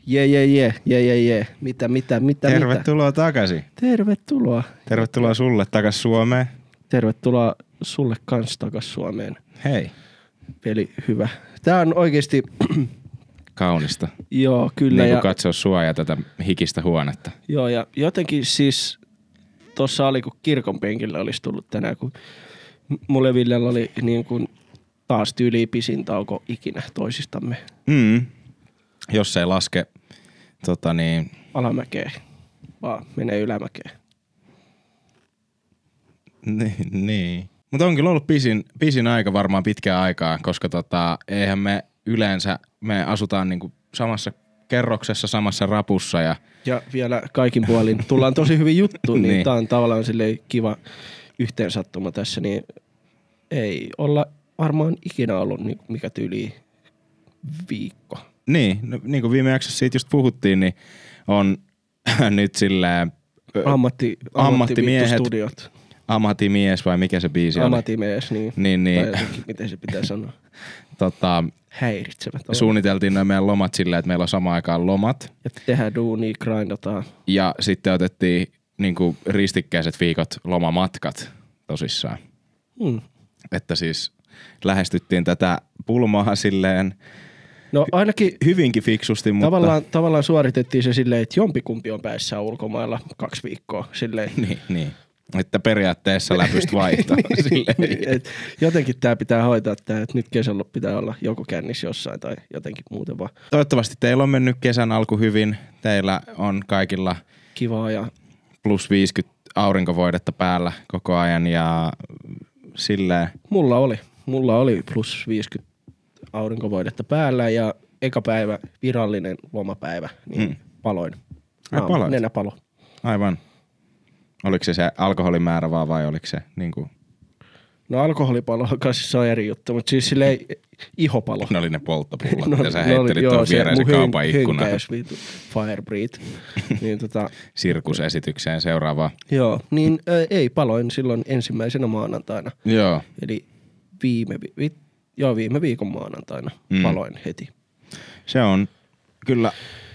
Jee. Mitä? Tervetuloa takaisin. Tervetuloa sulle takaisin Suomeen. Tervetuloa sulle kans takaisin Suomeen. Hei. Peli hyvä. Tää on oikeesti kaunista. Joo, kyllä. Niin kuin katsoa sua ja tätä hikistä huonetta. Joo, ja jotenkin siis tossa oli, kun kirkon penkillä olisi tullut tänään, kun mulle Villellä oli niin kuin taas tyyliin pisin tauko ikinä toisistamme. Jos ei laske alamäkeen, vaan menee ylämäkeen. Niin. Mutta on kyllä ollut pisin aika varmaan pitkään aikaa, koska eihän me yleensä, me asutaan niinku samassa kerroksessa, samassa rapussa ja vielä kaikin puolin tullaan tosi hyvin juttuun, niin tää on tavallaan silleen kiva yhteensattuma tässä, niin ei olla varmaan ikinä ollut niin mikä tyyli viikko. Niin, no, niin kuin viime jaksossa siitä just puhuttiin, niin on nyt silleen ammattimiehet. Ammattimies vai mikä se biisi oli? Ammattimies, niin. Tai jotenkin, miten se pitää sanoa. Häiritsevät. Suunniteltiin noin meidän lomat silleen, että meillä on samaan aikaan lomat. Ja tehdään duunia, grindataan. Ja sitten otettiin niinku ristikkäiset viikot lomamatkat tosissaan. Että siis lähestyttiin tätä pulmaa silleen no ainakin hyvinkin fiksusti, mutta tavallaan suoritettiin se silleen, että jompikumpi on päässä ulkomailla 2 viikkoa silleen. Niin. Että periaatteessa läpystä vaihtaa. Jotenkin tää pitää hoitaa tää, että nyt kesällä pitää olla joku kännissä jossain tai jotenkin muuten vaan. Toivottavasti teillä on mennyt kesän alku hyvin. Teillä on kaikilla kivaa ja plus 50 aurinkovoidetta päällä koko ajan ja silleen. Mulla oli plus 50 aurinkovoidetta päällä ja eka päivä virallinen lomapäivä, niin paloin. Nenäpalo. Aivan. Oliko se alkoholimäärä vaan vai oliko se niinku? No alkoholipalo kanssa se on eri juttu, mutta siis silleen ihopalo. Ne oli ne polttopullat, ja sä heittelit tuon viereisen kaupan ikkunaan. Hynkäys, Firebreed. Niin sirkusesitykseen seuraavaan. Joo, niin paloin silloin ensimmäisenä maanantaina. Joo. Eli viime viikon maanantaina paloin heti. Se on kyllä.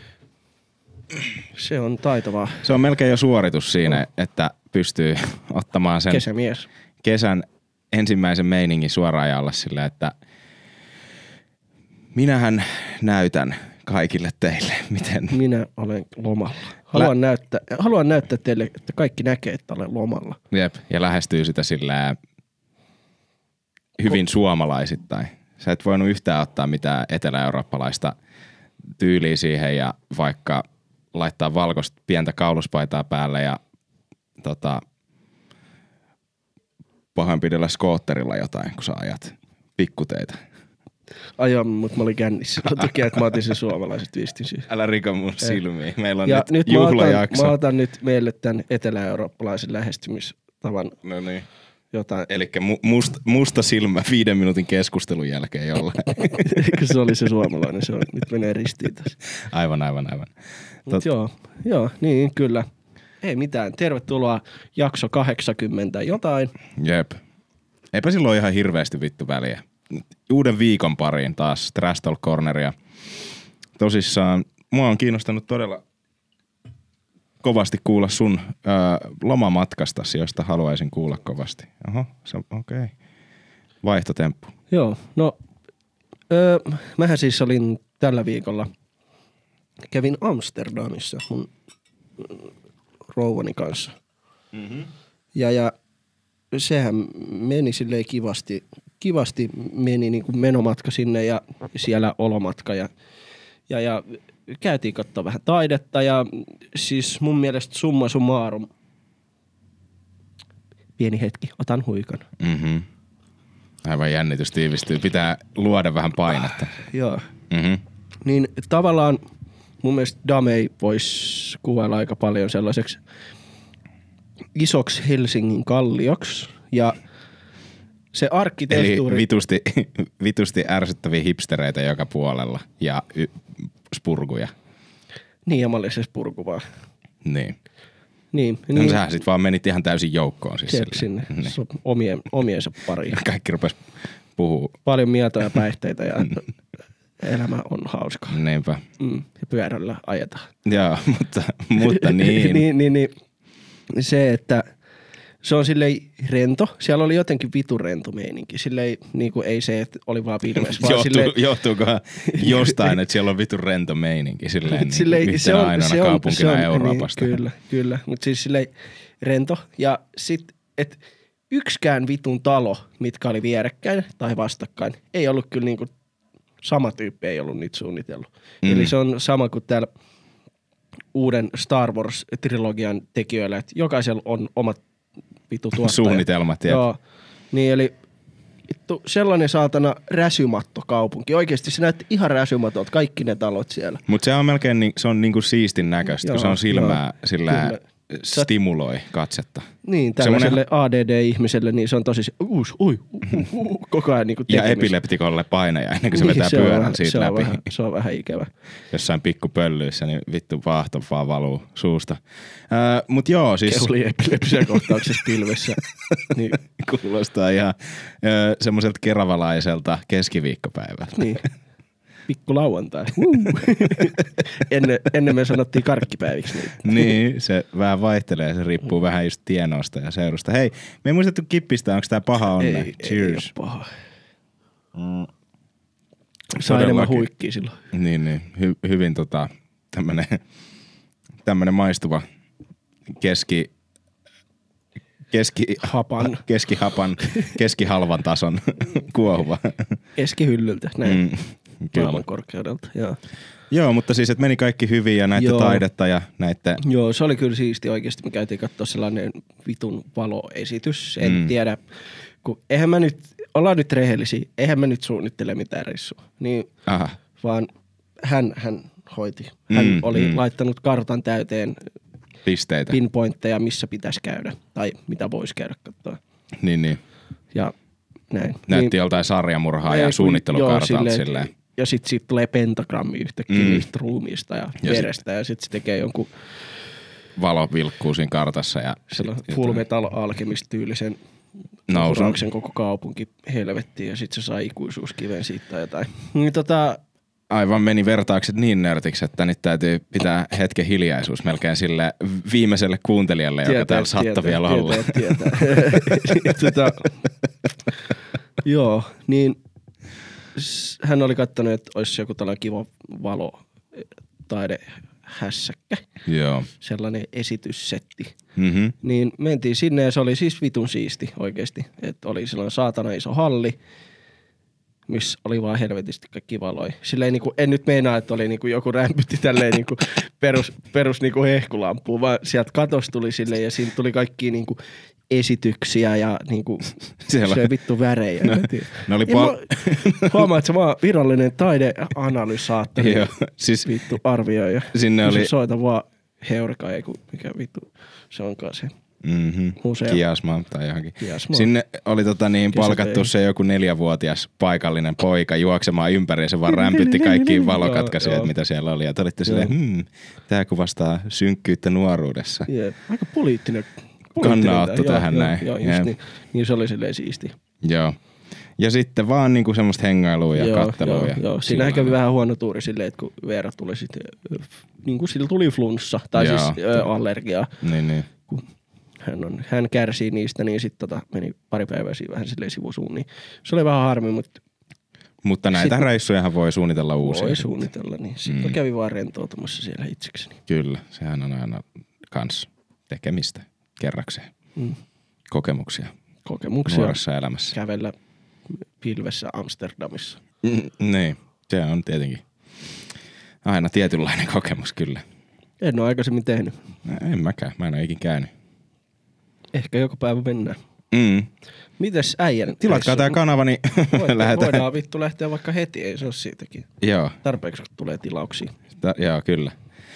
Se on taitavaa. Se on melkein jo suoritus siinä, että pystyy ottamaan sen kesämies. Kesän ensimmäisen meiningin suoraan jalle sillä, että minähän näytän kaikille teille, miten minä olen lomalla. Haluan näyttää teille, että kaikki näkee, että olen lomalla. Jep, ja lähestyy sitä sillä hyvin suomalaisittain. Sä et voinut yhtään ottaa mitään etelä-eurooppalaista tyyliä siihen ja vaikka laittaa valkoista pientä kauluspaitaa päälle ja pahoinpidellä skootterilla jotain, kun sä ajat pikkuteitä. Ajoin, mutta mä olin kännissä. Takia, että mä otin sen suomalaiset viestin siihen. Älä riko mun silmiin. Meillä on nyt juhlajakso. Mä otan nyt meille tämän etelä-eurooppalaisen lähestymistavan. No niin. Jotain. Elikkä musta silmä 5 minuutin keskustelun jälkeen jollain. Eikö se oli se suomalainen? Se on, nyt menee ristiin tässä. Aivan. Joo, niin kyllä. Ei mitään. Tervetuloa jakso 80 jotain. Jep. Eipä silloin ihan hirveästi vittu väliä. Uuden viikon pariin taas Trash Talk Corneria. Tosissaan mua on kiinnostanut todella kovasti kuulla sun lomamatkastasi, josta haluaisin kuulla kovasti. Oho, okei. Vaihtotemppu. Joo, no mähän siis olin tällä viikolla, kävin Amsterdamissa mun rouvani kanssa. Ja sehän meni silleen kivasti meni niin kuin menomatka sinne ja siellä olomatka ja käytiin katsoa vähän taidetta ja siis mun mielestä summa summarum. Pieni hetki, otan huikan. Aivan jännitys tiivistyy. Pitää luoda vähän painetta. Joo. Niin tavallaan mun mielestä Damei voisi kuvailla aika paljon sellaiseksi isoksi Helsingin kallioksi ja se arkkitehtuuri. Eli vitusti ärsyttäviä hipstereitä joka puolella ja spurguja. Niin, ja mä olin se spurgu vaan. Niin. No sähän sit vaan menit ihan täysin joukkoon. Siis sinne. Omiensa pariin. Kaikki rupes puhuu. Paljon mietoja päihteitä ja elämä on hauska. Niinpä. Ja pyörällä ajetaan. Joo, mutta niin. niin. Se, että se on silleen rento. Siellä oli jotenkin vitun rento meininki. Silleen niinku ei se, että oli vaan pilves. Vaan Johtuukohan jostain, että siellä on vitun rento meininki silleen yhtenä ainoana kaupunkina Euroopasta. Niin, kyllä. Mutta siis silleen rento. Ja sit, että yksikään vitun talo, mitkä oli vierekkäin tai vastakkain, ei ollut kyllä niinku, sama tyyppi ei ollut niitä suunnitellut. Eli se on sama kuin täällä uuden Star Wars-trilogian tekijöillä, että jokaisella on omat vittu tuottaja. Suunnitelmat, jep. Joo. Niin eli vittu sellainen saatana räsymatto kaupunki. Oikeesti se näytti ihan räsymatot, kaikki ne talot siellä. Mut se on melkein se on niinku siistin näköistä, kun se on silmää sillä stimuloi katsetta. Niin, tällaiselle ADD-ihmiselle niin se on tosi koko ajan niinku tekemistä. Ja epileptikolle painaja ennen kuin se vetää pyörän siitä läpi. Se on vähän ikävä. Jossain pikkupöllyissä, niin vittu vaahto vaan valuu suusta. Mut joo, siis... Keuli epilepsiakohtauksessa pilvessä. Niin. Kuulostaa ihan semmoiselta keravalaiselta keskiviikkopäivältä. Niin. Pikku lauantai. Ennen me sanottiin karkkipäiviksi. Niin, se vähän vaihtelee. Se riippuu vähän just tienosta ja seurusta. Hei, me ei muistettu kippistä. Onko tää paha onne? Ei, Cheers. Ei ole paha. Saa enemmän huikkia silloin. Niin. Hyvin tämmönen maistuva keskihalvan tason kuohuva. Keskihyllyltä, näin. Maailman korkeudelta, joo. Joo, mutta siis, että meni kaikki hyvin ja näitte taidetta ja näitte... Joo, se oli kyllä siisti oikeasti. Me käytiin katsoa sellainen vitun valoesitys. En tiedä, kun ollaan nyt rehellisiä, eihän mä nyt suunnittele mitään reissua. Niin, vaan hän hoiti. Hän oli laittanut kartan täyteen pisteitä, pinpointteja, missä pitäisi käydä tai mitä voisi käydä katsoa. Niin. Ja näin. Näytti joltain sarjamurhaa ja suunnittelukartalta silleen. Ja sit siitä tulee pentagrammi yhtäkkiä niistä ruumiista ja verestä ja sit se tekee jonkun... Valo vilkkuu siinä kartassa ja... Full Metal Alchemist-tyylisen nousun koko kaupunki helvettiin ja sit se sai ikuisuuskiven siitä tai jotain. Niin Aivan meni vertaukset niin nörtiksi, että nyt täytyy pitää hetken hiljaisuus melkein sille viimeiselle kuuntelijalle, joka täällä saattaa vielä olla. Joo, niin hän oli kattonut, että olisi joku tällainen kiva valotaidehässäkkä. Joo. Sellainen esityssetti. Niin mentiin sinne ja se oli siis vitun siisti oikeesti. Että oli sellainen saatana iso halli, missä oli vaan helvetisti kaikki valoja. Silleen niinku, en nyt meinaa, että oli niinku joku rämpytti tälleen niinku perus niinku hehkulampuun, vaan sieltä katosta tuli silleen ja siinä tuli kaikkia niinku esityksiä ja niinku se vittu värejä. Ne oli huomaa, että se vaan virallinen taideanalysaattori vittu arvioija. Sinne oli... Soita vaan Heureka, ei kun mikä vittu se onkaan se. Museo. Kiasma tai johonkin. Sinne oli palkattu se joku 4-vuotias paikallinen poika juoksemaan ympäri ja se vaan rämpytti kaikkiin valokatkaisijoita, mitä siellä oli. Ja te olitte silleen, tää kuvastaa synkkyyttä nuoruudessa. Aika poliittinen kannanotto tähän näin. Joo, just niin se oli silleen siisti. Joo. Ja sitten vaan niinku semmoista hengailua ja kattelua. Joo. Siinähän kävi vähän huono tuuri silleen, että kun Veera tuli sitten, niinku sillä tuli flunssa tai siis allergiaa. Niin. Hän kärsii niistä, niin sitten meni pari päivää siinä vähän silleen sivusuun. Niin se oli vähän harmi, mutta näitä reissujahan voi suunnitella uusia. Voi suunnitella, niin sitten kävi vaan rentoutumassa siellä itsekseni. Kyllä, sehän on aina kans tekemistä kerrakseen. Kokemuksia nuoressa elämässä. Kävellä pilvessä Amsterdamissa. Niin, se on tietenkin aina tietynlainen kokemus kyllä. En ole aikaisemmin tehnyt. En mäkään, mä en ole ikin käynyt. Ehkä joku päivä mennään. Mites äijän? Tilatkaa tää kanava, niin lähdetään. Voidaan vittu lähteä vaikka heti, ei se ole siitäkin. Joo. Tarpeeksi tulee tilauksia. Joo, kyllä.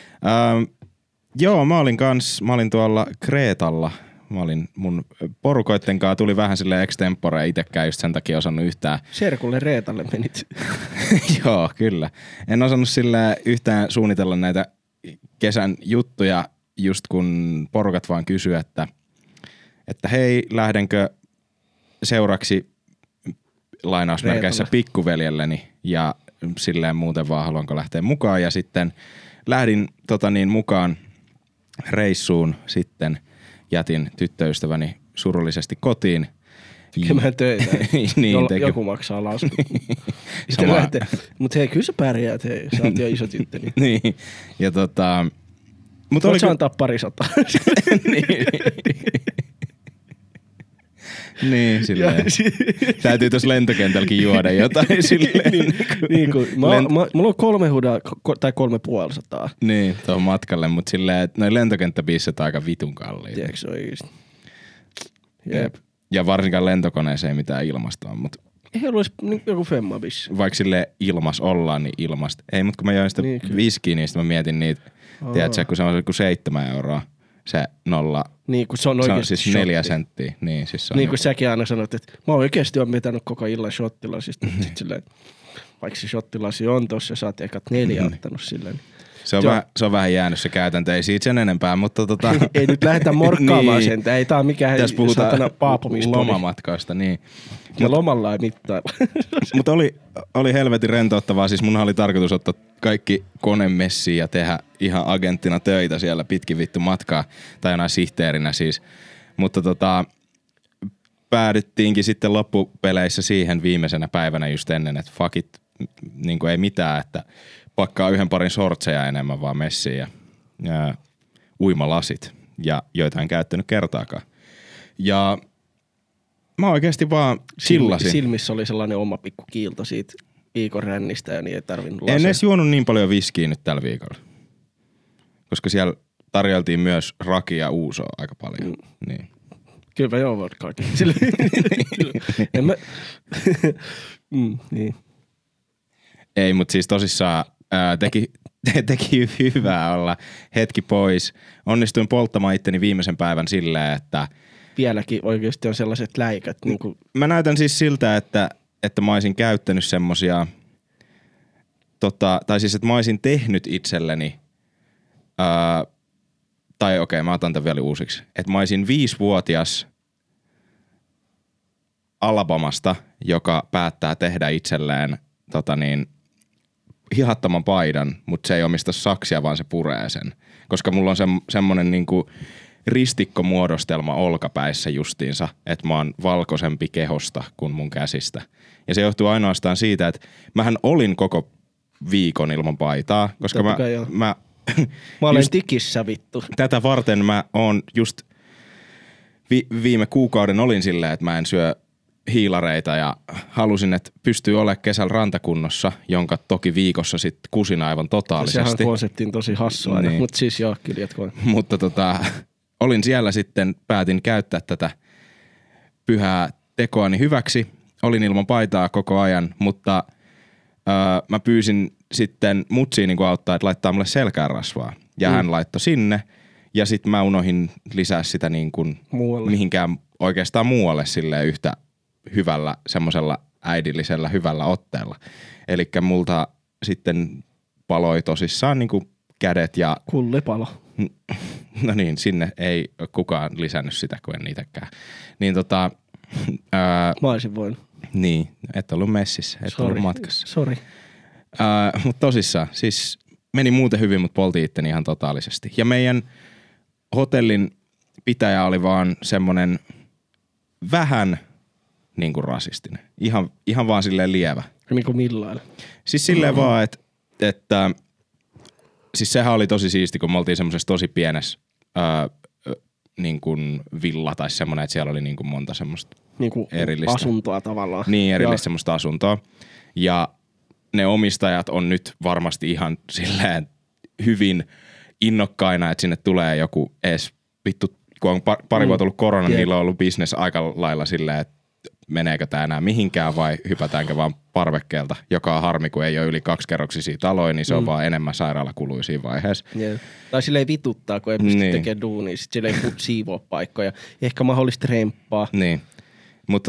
Joo, mä olin tuolla Kreetalla. Mä olin mun porukoitten kanssa, tuli vähän silleen extempore, itekään just sen takia osannut yhtään. Serkulle Reetalle menit. Joo, kyllä. En osannut silleen yhtään suunnitella näitä kesän juttuja, just kun porukat vaan kysyy, että hei, lähdenkö seuraksi lainausmerkeissä pikkuveljelleni ja silleen muuten vaan haluanko lähteä mukaan. Ja sitten lähdin mukaan reissuun sitten. Jätin tyttöystäväni surullisesti kotiin. Tekemään töitä. Niin, joku maksaa laskun. Mutta hei, kyllä sä pärjäät, hei. Sä oot jo iso tyttö. Niin. Ja mutta voit sä antaa 200. Niin, silleen. Täytyy tuossa lentokentälläkin juoda jotain silleen. niin kuin, mulla on 3 hudaa tai 350. Niin, tuohon matkalle, mutta silleen, että noi lentokenttäbiisset on aika vitun kalliita. Tiedätkö oikeesti? Jep. Ja varsinkaan lentokoneeseen ei mitään ilmasta on, mutta ei olisi joku femma-bissi. vaikka silleen ilmas ollaan, niin ilmasta. Ei, mutta kun mä join sitä viskiä, niin mä mietin niitä, tiedätkö, kun se on 7 euroa. Se 0. Niin, kun se on oikeesti se on siis 4 senttiä. Niin, siis se on niin kuin säkin aina sanot, että mä oikeesti oon vetänyt koko illan shottilasista. Sitten silleen, vaikka se shottilasi on tossa ja sä oot ekat 4 ottanut silleen. Se on vähän jäänyt se käytäntö, ei siitä sen enempää, mutta ei nyt lähdetä morkkaamaan niin. sen, ei tää on mikään tässä puhutaan paapumispoli. lomamatkoista, niin. Ja lomalla ei mittailla. Mutta oli helvetin rentouttavaa, siis munhan oli tarkoitus ottaa kaikki konemessiin ja tehdä ihan agenttina töitä siellä pitkin vittu matkaa, tai jonain sihteerinä siis. Mutta päädyttiinkin sitten loppupeleissä siihen viimeisenä päivänä just ennen, että fuck it, niin kuin ei mitään, että pakkaa 1 parin shortseja enemmän vaan messiin ja uimalasit, ja joita en käyttänyt kertaakaan. Ja mä oikeesti vaan chillasin. Silmissä oli sellainen oma pikku kiilto siitä viikon rännistä ja niin ei tarvinnut lasia. En edes juonut niin paljon viskiä nyt tällä viikolla. Koska siellä tarjoltiin myös rakia ja uusoa aika paljon. Niin. Kyllä mä joo vodkaakin. Niin. Ei, mutta siis tosissaan teki hyvää olla hetki pois. Onnistuin polttamaan itteni viimeisen päivän silleen, että vieläkin oikeasti on sellaiset läikät. Niin kuin mä näytän siis siltä, että mä olisin käyttänyt semmosia, tai siis että mä olisin tehnyt itselleni, tai okei, mä otan tämän vielä uusiksi. Että mä olisin 5-vuotias Alabamasta, joka päättää tehdä itselleen hihattoman paidan, mutta se ei omista saksia, vaan se puree sen. Koska mulla on semmonen niinku ristikkomuodostelma olkapäissä justiinsa, että mä oon valkoisempi kehosta kuin mun käsistä. Ja se johtuu ainoastaan siitä, että mähän olin koko viikon ilman paitaa, koska mä olen tikissä vittu. Tätä varten mä oon just viime kuukauden olin silleen, että mä en syö hiilareita ja halusin, että pystyy olemaan kesällä rantakunnossa, jonka toki viikossa sit kusin aivan totaalisesti. Sehän konseptin tosi hassua aina, niin. Mutta siis joo, kyllä jatkoin. Mutta olin siellä sitten, päätin käyttää tätä pyhää tekoani hyväksi. Olin ilman paitaa koko ajan, mutta mä pyysin sitten mutsiin niin auttaa, että laittaa mulle selkään rasvaa. Ja hän laittoi sinne ja sitten mä unohin lisää sitä niin kuin mihinkään oikeastaan muualle silleen yhtä hyvällä, semmoisella äidillisellä hyvällä otteella. Elikkä multa sitten paloi tosissaan niin kuin kädet ja kullipalo. No niin, sinne ei kukaan lisännyt sitä, kun en niitäkään. Niin mä olisin voinut. Niin, et ollut messissä, et ollut matkassa. Sori. Mutta tosissaan, siis meni muuten hyvin, mutta polti itteni ihan totaalisesti. Ja meidän hotellin pitäjä oli vaan semmonen vähän niin kuin rasistinen. Ihan vaan silleen lievä. Niin kuin millailla? Siis silleen vaan, että siis sehän oli tosi siisti, kun me oltiin semmoisessa tosi pienessä niin kuin villa tai semmoinen, että siellä oli niin kuin monta semmoista niin kuin erillistä asuntoa tavallaan. Niin, erillistä semmoista asuntoa. Ja ne omistajat on nyt varmasti ihan silleen hyvin innokkaina, että sinne tulee joku ees vittu, kun on pari vuotta ollut korona, niin niillä on ollut business aika lailla silleen, että meneekö tää enää mihinkään vai hypätäänkö vaan parvekkeelta, joka on harmi, kun ei ole yli 2-kerroksisia taloja, niin se on vaan enemmän sairaalakuluja siinä vaiheessa. Yeah. Tai silleen vituttaa, kun ei pysty tekemään duunia, sit sille ei siivoa paikkoja. Ehkä mahdollisesti remppaa. Niin, mutta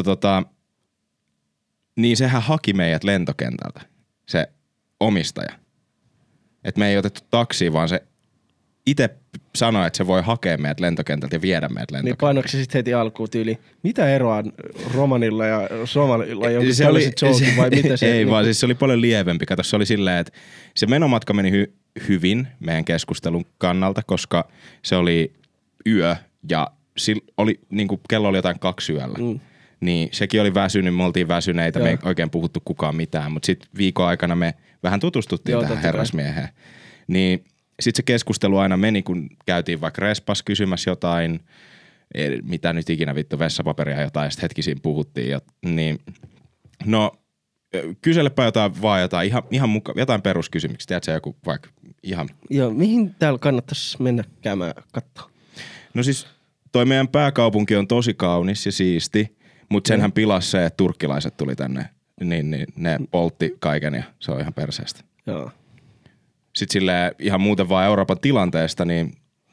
niin sehän haki meidät lentokentältä, se omistaja. Että me ei otettu taksia, vaan se itse sanoi, että se voi hakea meidät lentokentältä ja viedä meidät Niin lentokentältä. painoiko se sitten heti alkuun tyyli, mitä eroa on romanilla ja somalilla, jonkun Se oli, jokin vai mitä se? ei niin vaan, siis se oli paljon lievempi. Kato, se oli silleen, että se menomatka meni hyvin meidän keskustelun kannalta, koska se oli yö ja oli, niin kuin kello oli jotain 2 yöllä. Niin sekin oli väsynyt, me oltiin väsyneitä, me ei oikein puhuttu kukaan mitään, mutta sitten viikon aikana me vähän tutustuttiin tähän herrasmieheen. Niin sitten se keskustelu aina meni, kun käytiin vaikka respas kysymässä jotain, mitä nyt ikinä vittu, vessapaperia jotain, ja sitten hetkisin puhuttiin. Niin, no, kyselepä jotain jotain peruskysymyksiä, tiedätkö joku vaikka ihan... Joo, mihin täällä kannattaisi mennä käymään katsoa? No siis toi meidän pääkaupunki on tosi kaunis ja siisti, mutta senhän pilasi se, että turkkilaiset tuli tänne, niin ne poltti kaiken ja se on ihan perseestä. Joo. Sitten silleen ihan muuten vaan Euroopan tilanteesta, niin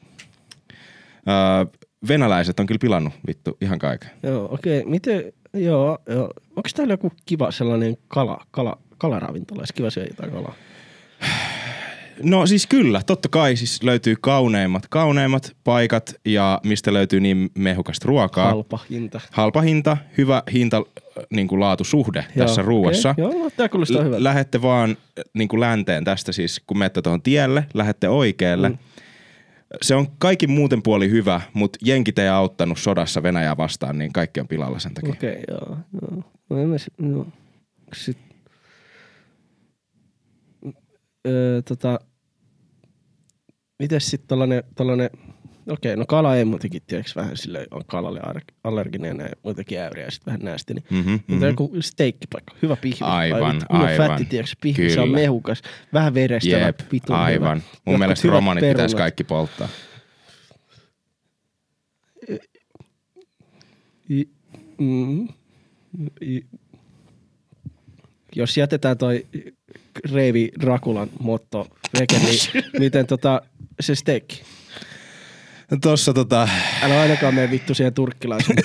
venäläiset on kyllä pilannut vittu ihan kaiken. Joo, okei. Miten, joo. Onko täällä joku kiva sellainen kalaravintola, jos kiva syödä jotain kalaa? No siis kyllä, totta kai siis löytyy kauneimmat paikat ja mistä löytyy niin mehukasta ruokaa. Halpa hinta, hyvä hinta niin kuin laatusuhde tässä ruuassa. Okay. Joo, tää kuulostaa hyvältä. Lähette vaan niin kuin länteen tästä siis, kun menette tuohon tielle, lähette oikealle. Se on kaikin muuten puoli hyvä, mutta jenkit ei auttanut sodassa Venäjää vastaan, niin kaikki on pilalla sen takia. Okei, joo. No. Sitten mites sit tollanen, okei, no kala ei muutenkin, tiedäks vähän silleen, on kalalle allerginen ja muutenkin äyriä ja sit vähän näästi, niin mutta joku steikkipaikka, hyvä pihvi. Aivan. Fätti, tiedäks, pihvi, kyllä. Se on mehukas, vähän verestävä, vitun aivan. hyvä. Mun mielestä romanit pitäisi kaikki polttaa. Jos jätetään toi Reivi Drakulan motto veke, niin miten se steikki? No tossa Älä ainakaan mene vittu siihen turkkilaisen.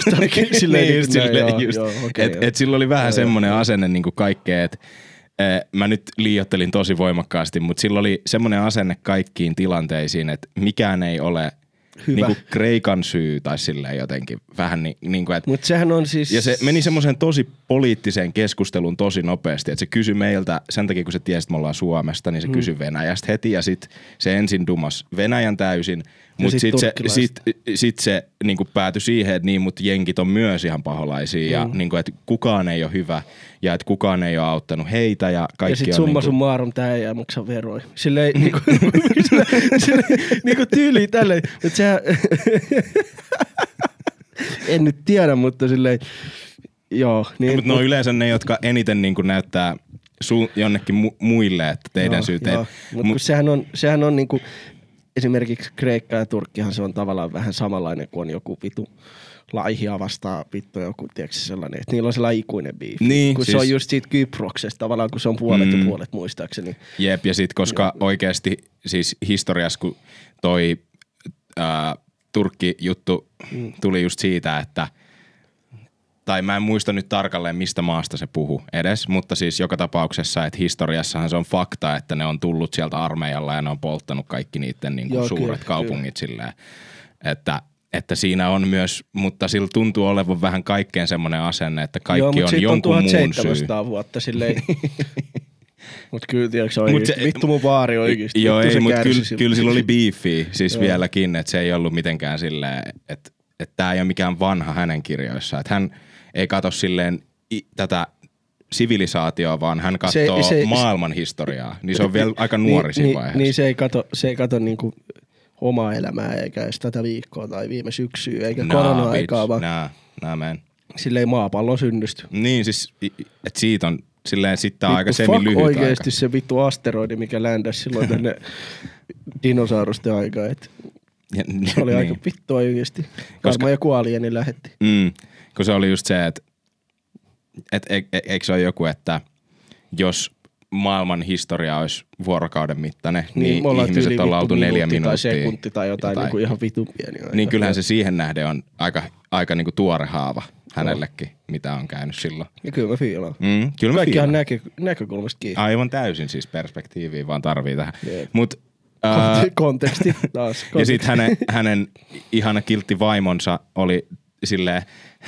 Et sillä oli vähän semmonen asenne niinku kaikkeen, että mä nyt liioittelin tosi voimakkaasti, mutta sillä oli semmonen asenne kaikkiin tilanteisiin, että mikään ei ole niinku Kreikan syy tai silleen jotenkin vähän niinku, että... Mut sehän on siis... Ja se meni semmoiseen tosi poliittiseen keskusteluun tosi nopeasti, että se kysyi meiltä, sen takia kun se tiesi, että me ollaan Suomesta, niin se kysyi Venäjästä heti ja sit se ensin dumas Venäjän täysin, mutta sit se niinku päätyi siihen, että niin, mutta jenkit on myös ihan paholaisia ja niinku, että kukaan ei ole hyvä ja että kukaan ei ole auttanut heitä ja kaikki on... Ja sit summa summarum tää ei jää maksaa veroja. Silleen niinku tyyliin tälleen, että sehän... En nyt tiedä, mutta silleen... Joo. Niin, mutta ne on yleensä ne, jotka eniten niinku näyttää jonnekin muille, että teidän syyt ei... Mutta sehän on niinku... Esimerkiksi Kreikka ja Turkkihan se on tavallaan vähän samanlainen kuin on joku vitu laihia vastaan vittu joku, tiedätkö sellainen, että niillä on sellainen ikuinen biifi. Niin, kun siis, se on just siitä Kyproksesta tavallaan, kun se on puolet ja puolet muistaakseni. Jep, ja sit koska oikeasti siis historiassa, kun toi Turkki-juttu tuli just siitä, että tai mä en muista nyt tarkalleen, mistä maasta se puhuu edes, mutta siis joka tapauksessa, että historiassahan se on fakta, että ne on tullut sieltä armeijalla ja ne on polttanut kaikki niiden niin kuin suuret kaupungit silleen, että siinä on myös, mutta sillä tuntuu olevan vähän kaikkeen semmoinen asenne, että kaikki on jonkun muun syy. Joo, mutta siitä on 1700 vuotta silleen. Mut kyllä tiedätkö oikeesti, vittu mun vaari oikeesti. Joo, ei, mutta kyllä sillä oli beefiä siis vieläkin, että se ei ollut mitenkään silleen, että tää ei ole mikään vanha hänen kirjoissaan, että hän ei katso silleen tätä sivilisaatioa, vaan hän katsoo maailman historiaa. Niin se on vielä aika nuori siinä vaiheessa. Niin se ei kato niinku omaa elämää eikä edes tätä viikkoa tai viime syksyä eikä korona-aikaa, vaan silleen maapallon synnystä. Niin siis, että siitä on silleen sitten aika semi-lyhyt aika. Oikeesti se vittu asteroidi, mikä ländäsi silloin tänne dinosaurusten aikaan, että se oli aika vittu oikeesti. Varmaan joku alieni lähetti. Kun se oli just se, että eikö se ole joku, että jos maailman historia olisi vuorokauden mittainen, niin ihmiset ollaan oltu 4 minuuttia. Tai sekunti tai jotain. Niin kuin ihan vitun pieni. Niin kyllähän se siihen nähden on aika niin kuin tuore haava hänellekin, mitä on käynyt silloin. Ja kyllä mä fiilaan. Kyllä mä kaikkihan näkökulmasta kiinni. Aivan täysin siis perspektiiviä vaan tarvii tähän. Mut Konteksti taas. Ja sit hänen ihana kiltti vaimonsa oli silleen,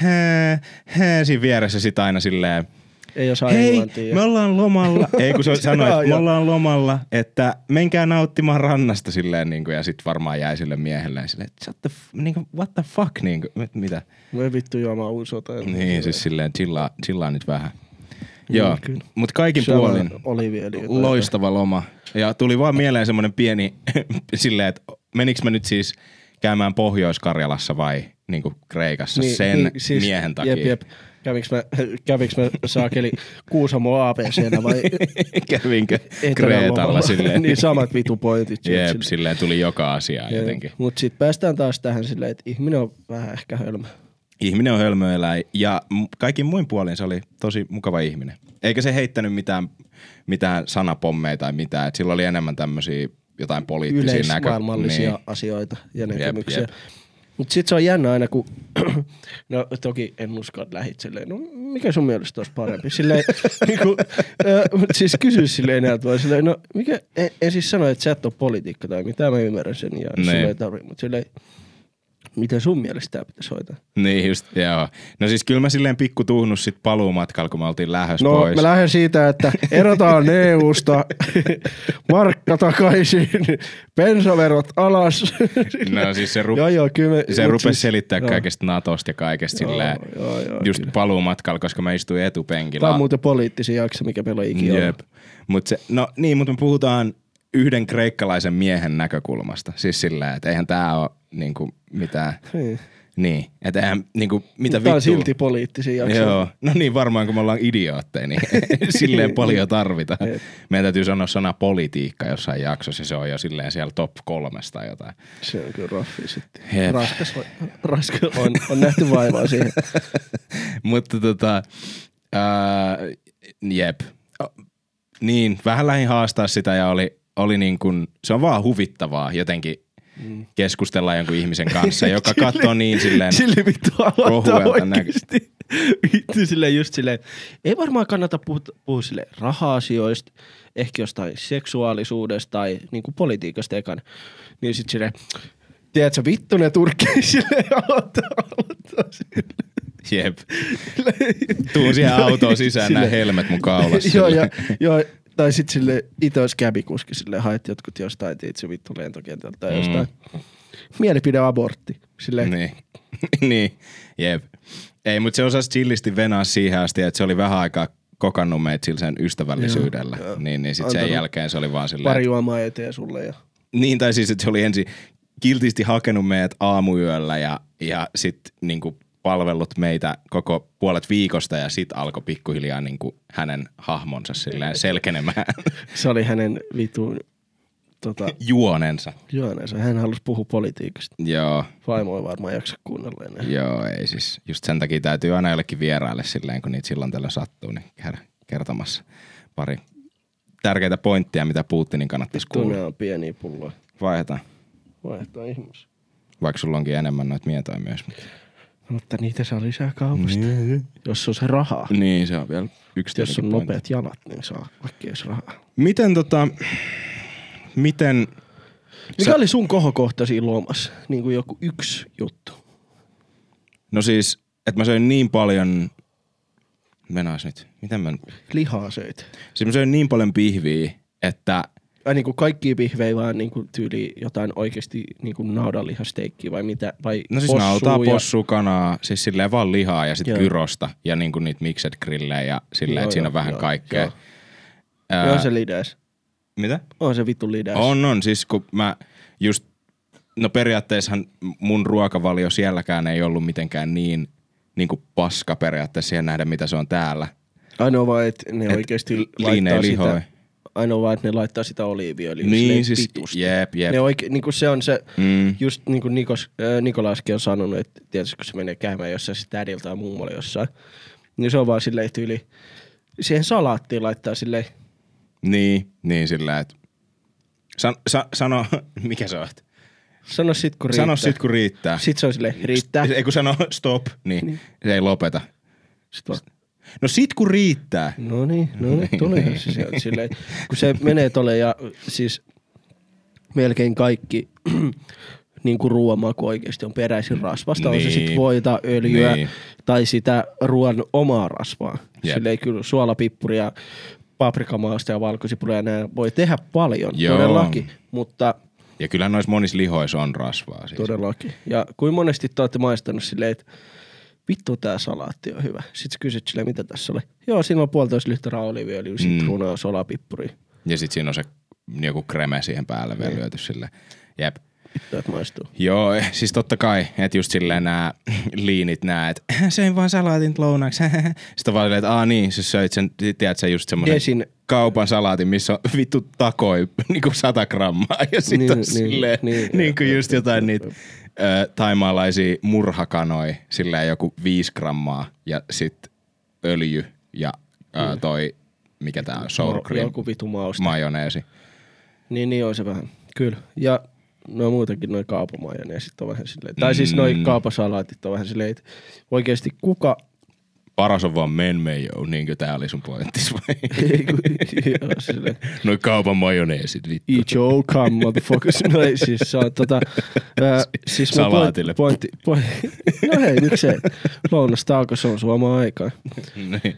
siinä vieressä sit aina silleen, ei osaa hei, englantia. me ollaan lomalla. Ei kun se sanoi, että me ollaan lomalla, että menkää nauttimaan rannasta silleen niinku, ja sit varmaan jäi sille miehelle silleen, että niinku, what the fuck niinku, mitä? Me vittu juomaan uusota. Niin, siis silleen chillaa nyt vähän. Joo, mut kaikin puolin loistava loma. Ja tuli vaan mieleen semmonen pieni silleen, että meniks mä nyt siis käymään Pohjois-Karjalassa vai niinku Kreikassa sen siis, miehen takia. Jep. Käviks mä saakeli Kuusamo ABC:nä vai? Kävinkö Kreetalla silleen? Niin samat vitu pointit. Jep, silleen tuli joka asiaan jotenkin. Mut sit päästään taas tähän silleen, että ihminen on vähän ehkä hölmö. Ihminen on hölmöeläin ja kaikin muin puolin se oli tosi mukava ihminen. Eikä se heittänyt mitään sanapommeja tai mitään. Et sillä oli enemmän tämmösiä jotain poliittisia yleismaailmallisia asioita ja näkemyksiä. Mut sit se on jännä aina, kun no toki en uskalla lähit silleen, no mikä sun mielestä olisi parempi? Silleen, niinku, siis kysy silleen enää tuo silleen, no mikä, en siis sano, että sä et ole poliitikko tai mitä, mä ymmärrän sen ja sulle ei tarvitse, mutta silleen, miten sun mielestä tää pitäisi hoitaa? Niin just, joo. No siis kyllä mä silleen pikku tuhnus sit paluumatkalla, kun me oltiin lähdössä pois. No mä lähden siitä, että erotaan EUsta, markka takaisin, bensaverot alas. No siis se rupesi selittää kaikesta Natosta ja kaikesta silleen just paluumatkalla, koska mä istuin etupenkillä. Tää on muuten poliittisia jakso, mikä meillä on ikinä ollut. Mutta me puhutaan yhden kreikkalaisen miehen näkökulmasta. Siis silleen, että eihän tää ole niinku mitään. Niin, että eihän niinku mitä vittua. Tää on silti poliittisia jaksoja. Joo, no niin varmaan kun me ollaan idiootteja, niin silleen paljon tarvitaan. Meidän täytyy sanoa sana politiikka jossain jaksossa ja se on jo silleen siellä top 3 tai jotain. Se on kyllä raffi sitten. Raskas on nähty vaivaa siihen. Mutta jep. Niin, vähän lähdin haastaa sitä ja oli niin kuin, se on vaan huvittavaa jotenkin keskustella jonkun ihmisen kanssa, joka katsoo niin silleen sille vittu aloittaa oikeesti. Vittu silleen just silleen, ei varmaan kannata puhua silleen raha-asioista, ehkä jostain seksuaalisuudesta tai niinku politiikasta ekan. Niin sit silleen, tiedätkö vittu ne turkkii silleen aloittaa silleen. Jep. Tuun siihen autoon sisään nää helmet mun kaulassa. Joo. Tai sit sille itse olisi käbikuski silleen, haet jotkut jostain, itse vittu lentokentältä tai jostain. Mielipideabortti. Silleen. Niin, jep. Ei, mutta se osasi chillisti venaa siihen asti, että se oli vähän aikaa kokannut meitä sillä sen ystävällisyydellä. Niin sit sen jälkeen se oli vaan silleen. Pari juomaa eteen sulle ja. Niin, tai siis, että se oli ensin kiltisti hakenut meidät aamuyöllä ja sit niinku palvellut meitä koko puolet viikosta ja sit alkoi pikkuhiljaa niinku hänen hahmonsa silleen selkenemään. Se oli hänen vitun juonensa. Hän halusi puhua politiikasta. Joo. Vaimo ei varmaan jaksa kuunnella enää. Joo, ei siis. Just sen takia täytyy aina jollekin vieraille silleen, kun niitä silloin tällä sattuu, niin käydä kertomassa pari tärkeitä pointtia, mitä Putinin kannattaisi kuulla. Tunne on pieniä pulloja. Vaihdetaan ihmisiä. Vaikka sulla onkin enemmän noita mietoja myös. Mutta niitä saa lisää kaupasta. Jos on se rahaa. Niin, se on vielä yksi. Jos on nopeat jalat, niin saa vaikka edes rahaa. Mikä oli sun kohokohta siinä lomassa? Niin kuin joku yksi juttu. No siis, että mä söin niin paljon. Menaas nyt. Miten mä. Lihaa söit. Siis mä söin niin paljon pihviä, että. Niin kuin kaikkia pihvejä vaan niin kuin tyyli jotain oikeasti niin kuin naudanlihasteikkiä vai mitä? Vai no siis nautaa, possua, kanaa, siis silleen vaan lihaa ja sit gyrosta ja niin kuin niitä mixed grillejä ja silleen, että siinä on vähän kaikkea. On se lides. Mitä? On se vittu lides. On. Siis kun mä just, no periaatteessahan mun ruokavalio sielläkään ei ollut mitenkään niin kuin paska periaatteessa siihen nähdä, mitä se on täällä. Ainoa vaan, että ne oikeasti laittaa sitä. Ainoa vaan, että ne laittaa sitä oliiviöljyä. Niin siis, jep. Ne niinku se on se, just niinku Nikolaskin on sanonut, että tietysti kun se menee käymään jossain sit tädiltä ja mummolle jossain, niin se on vaan silleen tyyli, siihen salaattiin laittaa silleen. Niin silleen, että sano, mikä sä oot? Sano sit kun riittää. Sano sit kun riittää. Sit se on silleen, riittää. Ei kun sano stop, niin se ei lopeta. Sit vaan. No sit kun riittää. No niin, tuleehan se sieltä silleen. Kun se menee tolle ja siis melkein kaikki niin kuin ruoanmaku oikeasti on peräisin rasvasta. Niin. On se sitten voita, öljyä Niin. tai sitä ruoan omaa rasvaa. Jep. Silleen kyllä suolapippuria, paprikamausta ja valkosipulia ja nää voi tehdä paljon, Joo. todellakin, mutta Ja kyllähän noissa monissa lihoissa on rasvaa siis. todellakin. Ja kuin monesti te olette maistanut silleen, että vittu tää salaatti on hyvä. Sitten sä kysyt silleen, mitä tässä oli. Joo, siinä on 1,5 litraa oliiviöljyä, sitruunaa, solapippuria. Ja sit siinä on se joku kreme siihen päälle vielä lyöty silleen. Jep. Vittu, että maistuu. Joo, siis totta kai, että just silleen nää liinit nää, että söin vaan salaatin lounaaksi. Sitten on vaan silleen, että niin, sä söit sen, tiedätkö just semmonen Desin. kaupan salaatin, missä on vittu takoi niinku 100 grammaa. Ja sit on silleen, niin kuin just jotain niitä taimaalaisia murhakanoi, silleen joku 5 grammaa. Ja sit öljy ja toi, mikä tää on, sour cream, Joku vitu mausta. majoneesi. Niin on se vähän, kyllä. Ja no muutenkin noi kaupamajoneesit on vähän silleen. Tai siis noi kaupasalaatit on vähän silleen, että oikeesti kuka... Paras on vaan men mayo, niinkö tää oli sun pointtis vai? Joo, silleen. Noi kaupan majoneesit, vittu. Eat your own cum, motherfuckers. No ei, siis se on siis mun Salaatille. No hei, miksei. Lounastauko, se on suomaa aikaa. Niin.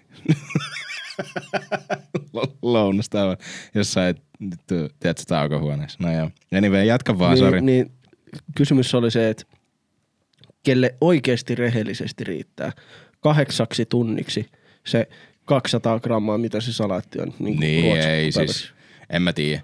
Lounasta on jossain, tiedätkö, taukohuoneessa. No joo. Anyway, jatka vaan, sori. Niin, kysymys oli se, että kelle oikeasti rehellisesti riittää 8 tunniksi se 200 grammaa, mitä se salaatti on. Niin ei siis, en mä tiedä.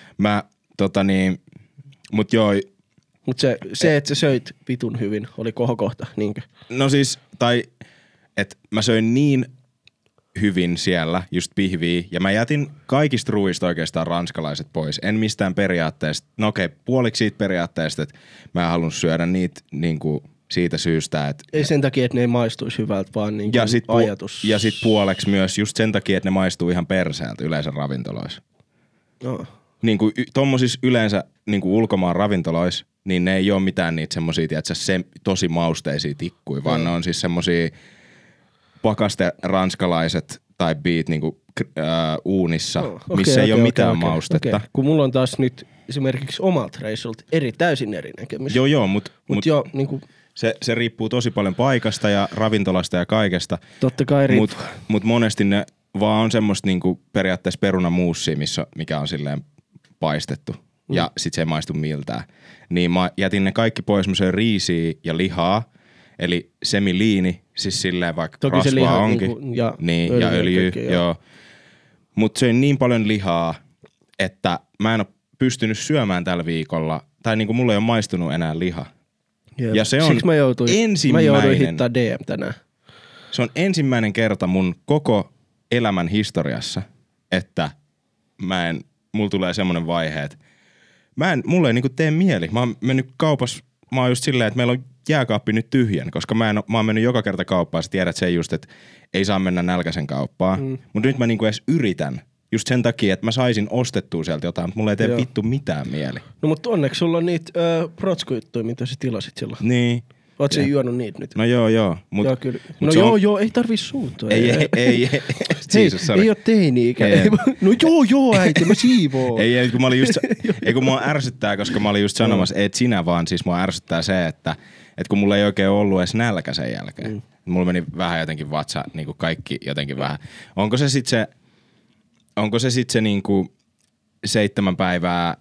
Mut joo. Mut se, että sä söit vitun hyvin, oli kohokohta, niinkö? No siis, tai että mä söin niin hyvin siellä, just pihviä, ja mä jätin kaikista ruuista oikeastaan ranskalaiset pois. En mistään periaatteesta, no okei, puoliksi siitä periaatteesta, että mä en halunnut syödä niitä niinku siitä syystä, että... Ei sen takia, että ne ei maistuisi hyvältä, vaan niinku ajatus. Ja sit puoleksi myös just sen takia, että ne maistuu ihan perseeltä yleensä ravintoloissa. No. Niinku tommosissa yleensä niinku ulkomaan ravintoloissa, niin ne ei oo mitään niitä semmosia, tiiätsä, tosi mausteisia tikkuja, vaan ne on siis semmosia pakaste ranskalaiset tai beat niinku uunissa, missä ei oo mitään maustetta. Okay. Kun mulla on taas nyt esimerkiksi omalta reissulta täysin eri näkemys. Joo, mut joo, niinku... se riippuu tosi paljon paikasta ja ravintolasta ja kaikesta. Totta kai riippuu. Mut monesti ne vaan on semmoista niinku periaatteessa perunamuussia, mikä on silleen paistettu. Ja sit se ei maistu miltään. Niin mä jätin ne kaikki pois, mä söin riisiä ja lihaa. Eli semiliini, siis silleen vaikka toki rasvaa liha, onkin. Niin, ja öljy, joo. Mut söin niin paljon lihaa, että mä en oo pystynyt syömään tällä viikolla. Tai niinku mulla ei oo maistunut enää liha. Jep. Ja se on mä jouduin hittaa DM tänään. Se on ensimmäinen kerta mun koko elämän historiassa, että mulla tulee semmonen vaihe, että mulla ei niinku tee mieli. Mä oon mennyt kaupassa, mä oon just silleen, että meillä on jääkaappi nyt tyhjän, koska mä oon mennyt joka kerta kauppaan, sä tiedät sen just, että ei saa mennä nälkäisen kauppaan. Mutta nyt mä niinku edes yritän. Just sen takia, että mä saisin ostettua sieltä jotain, mutta mulla ei tee vittu mitään mieli. No mutta onneksi sulla on niitä protskujuttuja, mitä sä tilasit silloin. Niin. Oot sä juonut niitä nyt? No joo. Joo, ei tarvii suutua. Ei. Hei, ei oo teini-ikä. No joo, äiti, mä siivoon. Ei, kun mä olin just, kun mua ärsyttää, koska mä olin just sanomassa, et sinä vaan, siis mua ärsyttää se, että kun mulla ei oikein ollut edes nälkä sen jälkeen. Mulla meni vähän jotenkin vatsa, niinku kaikki jotenkin vähän. Onko se sit se niinku 7 päivää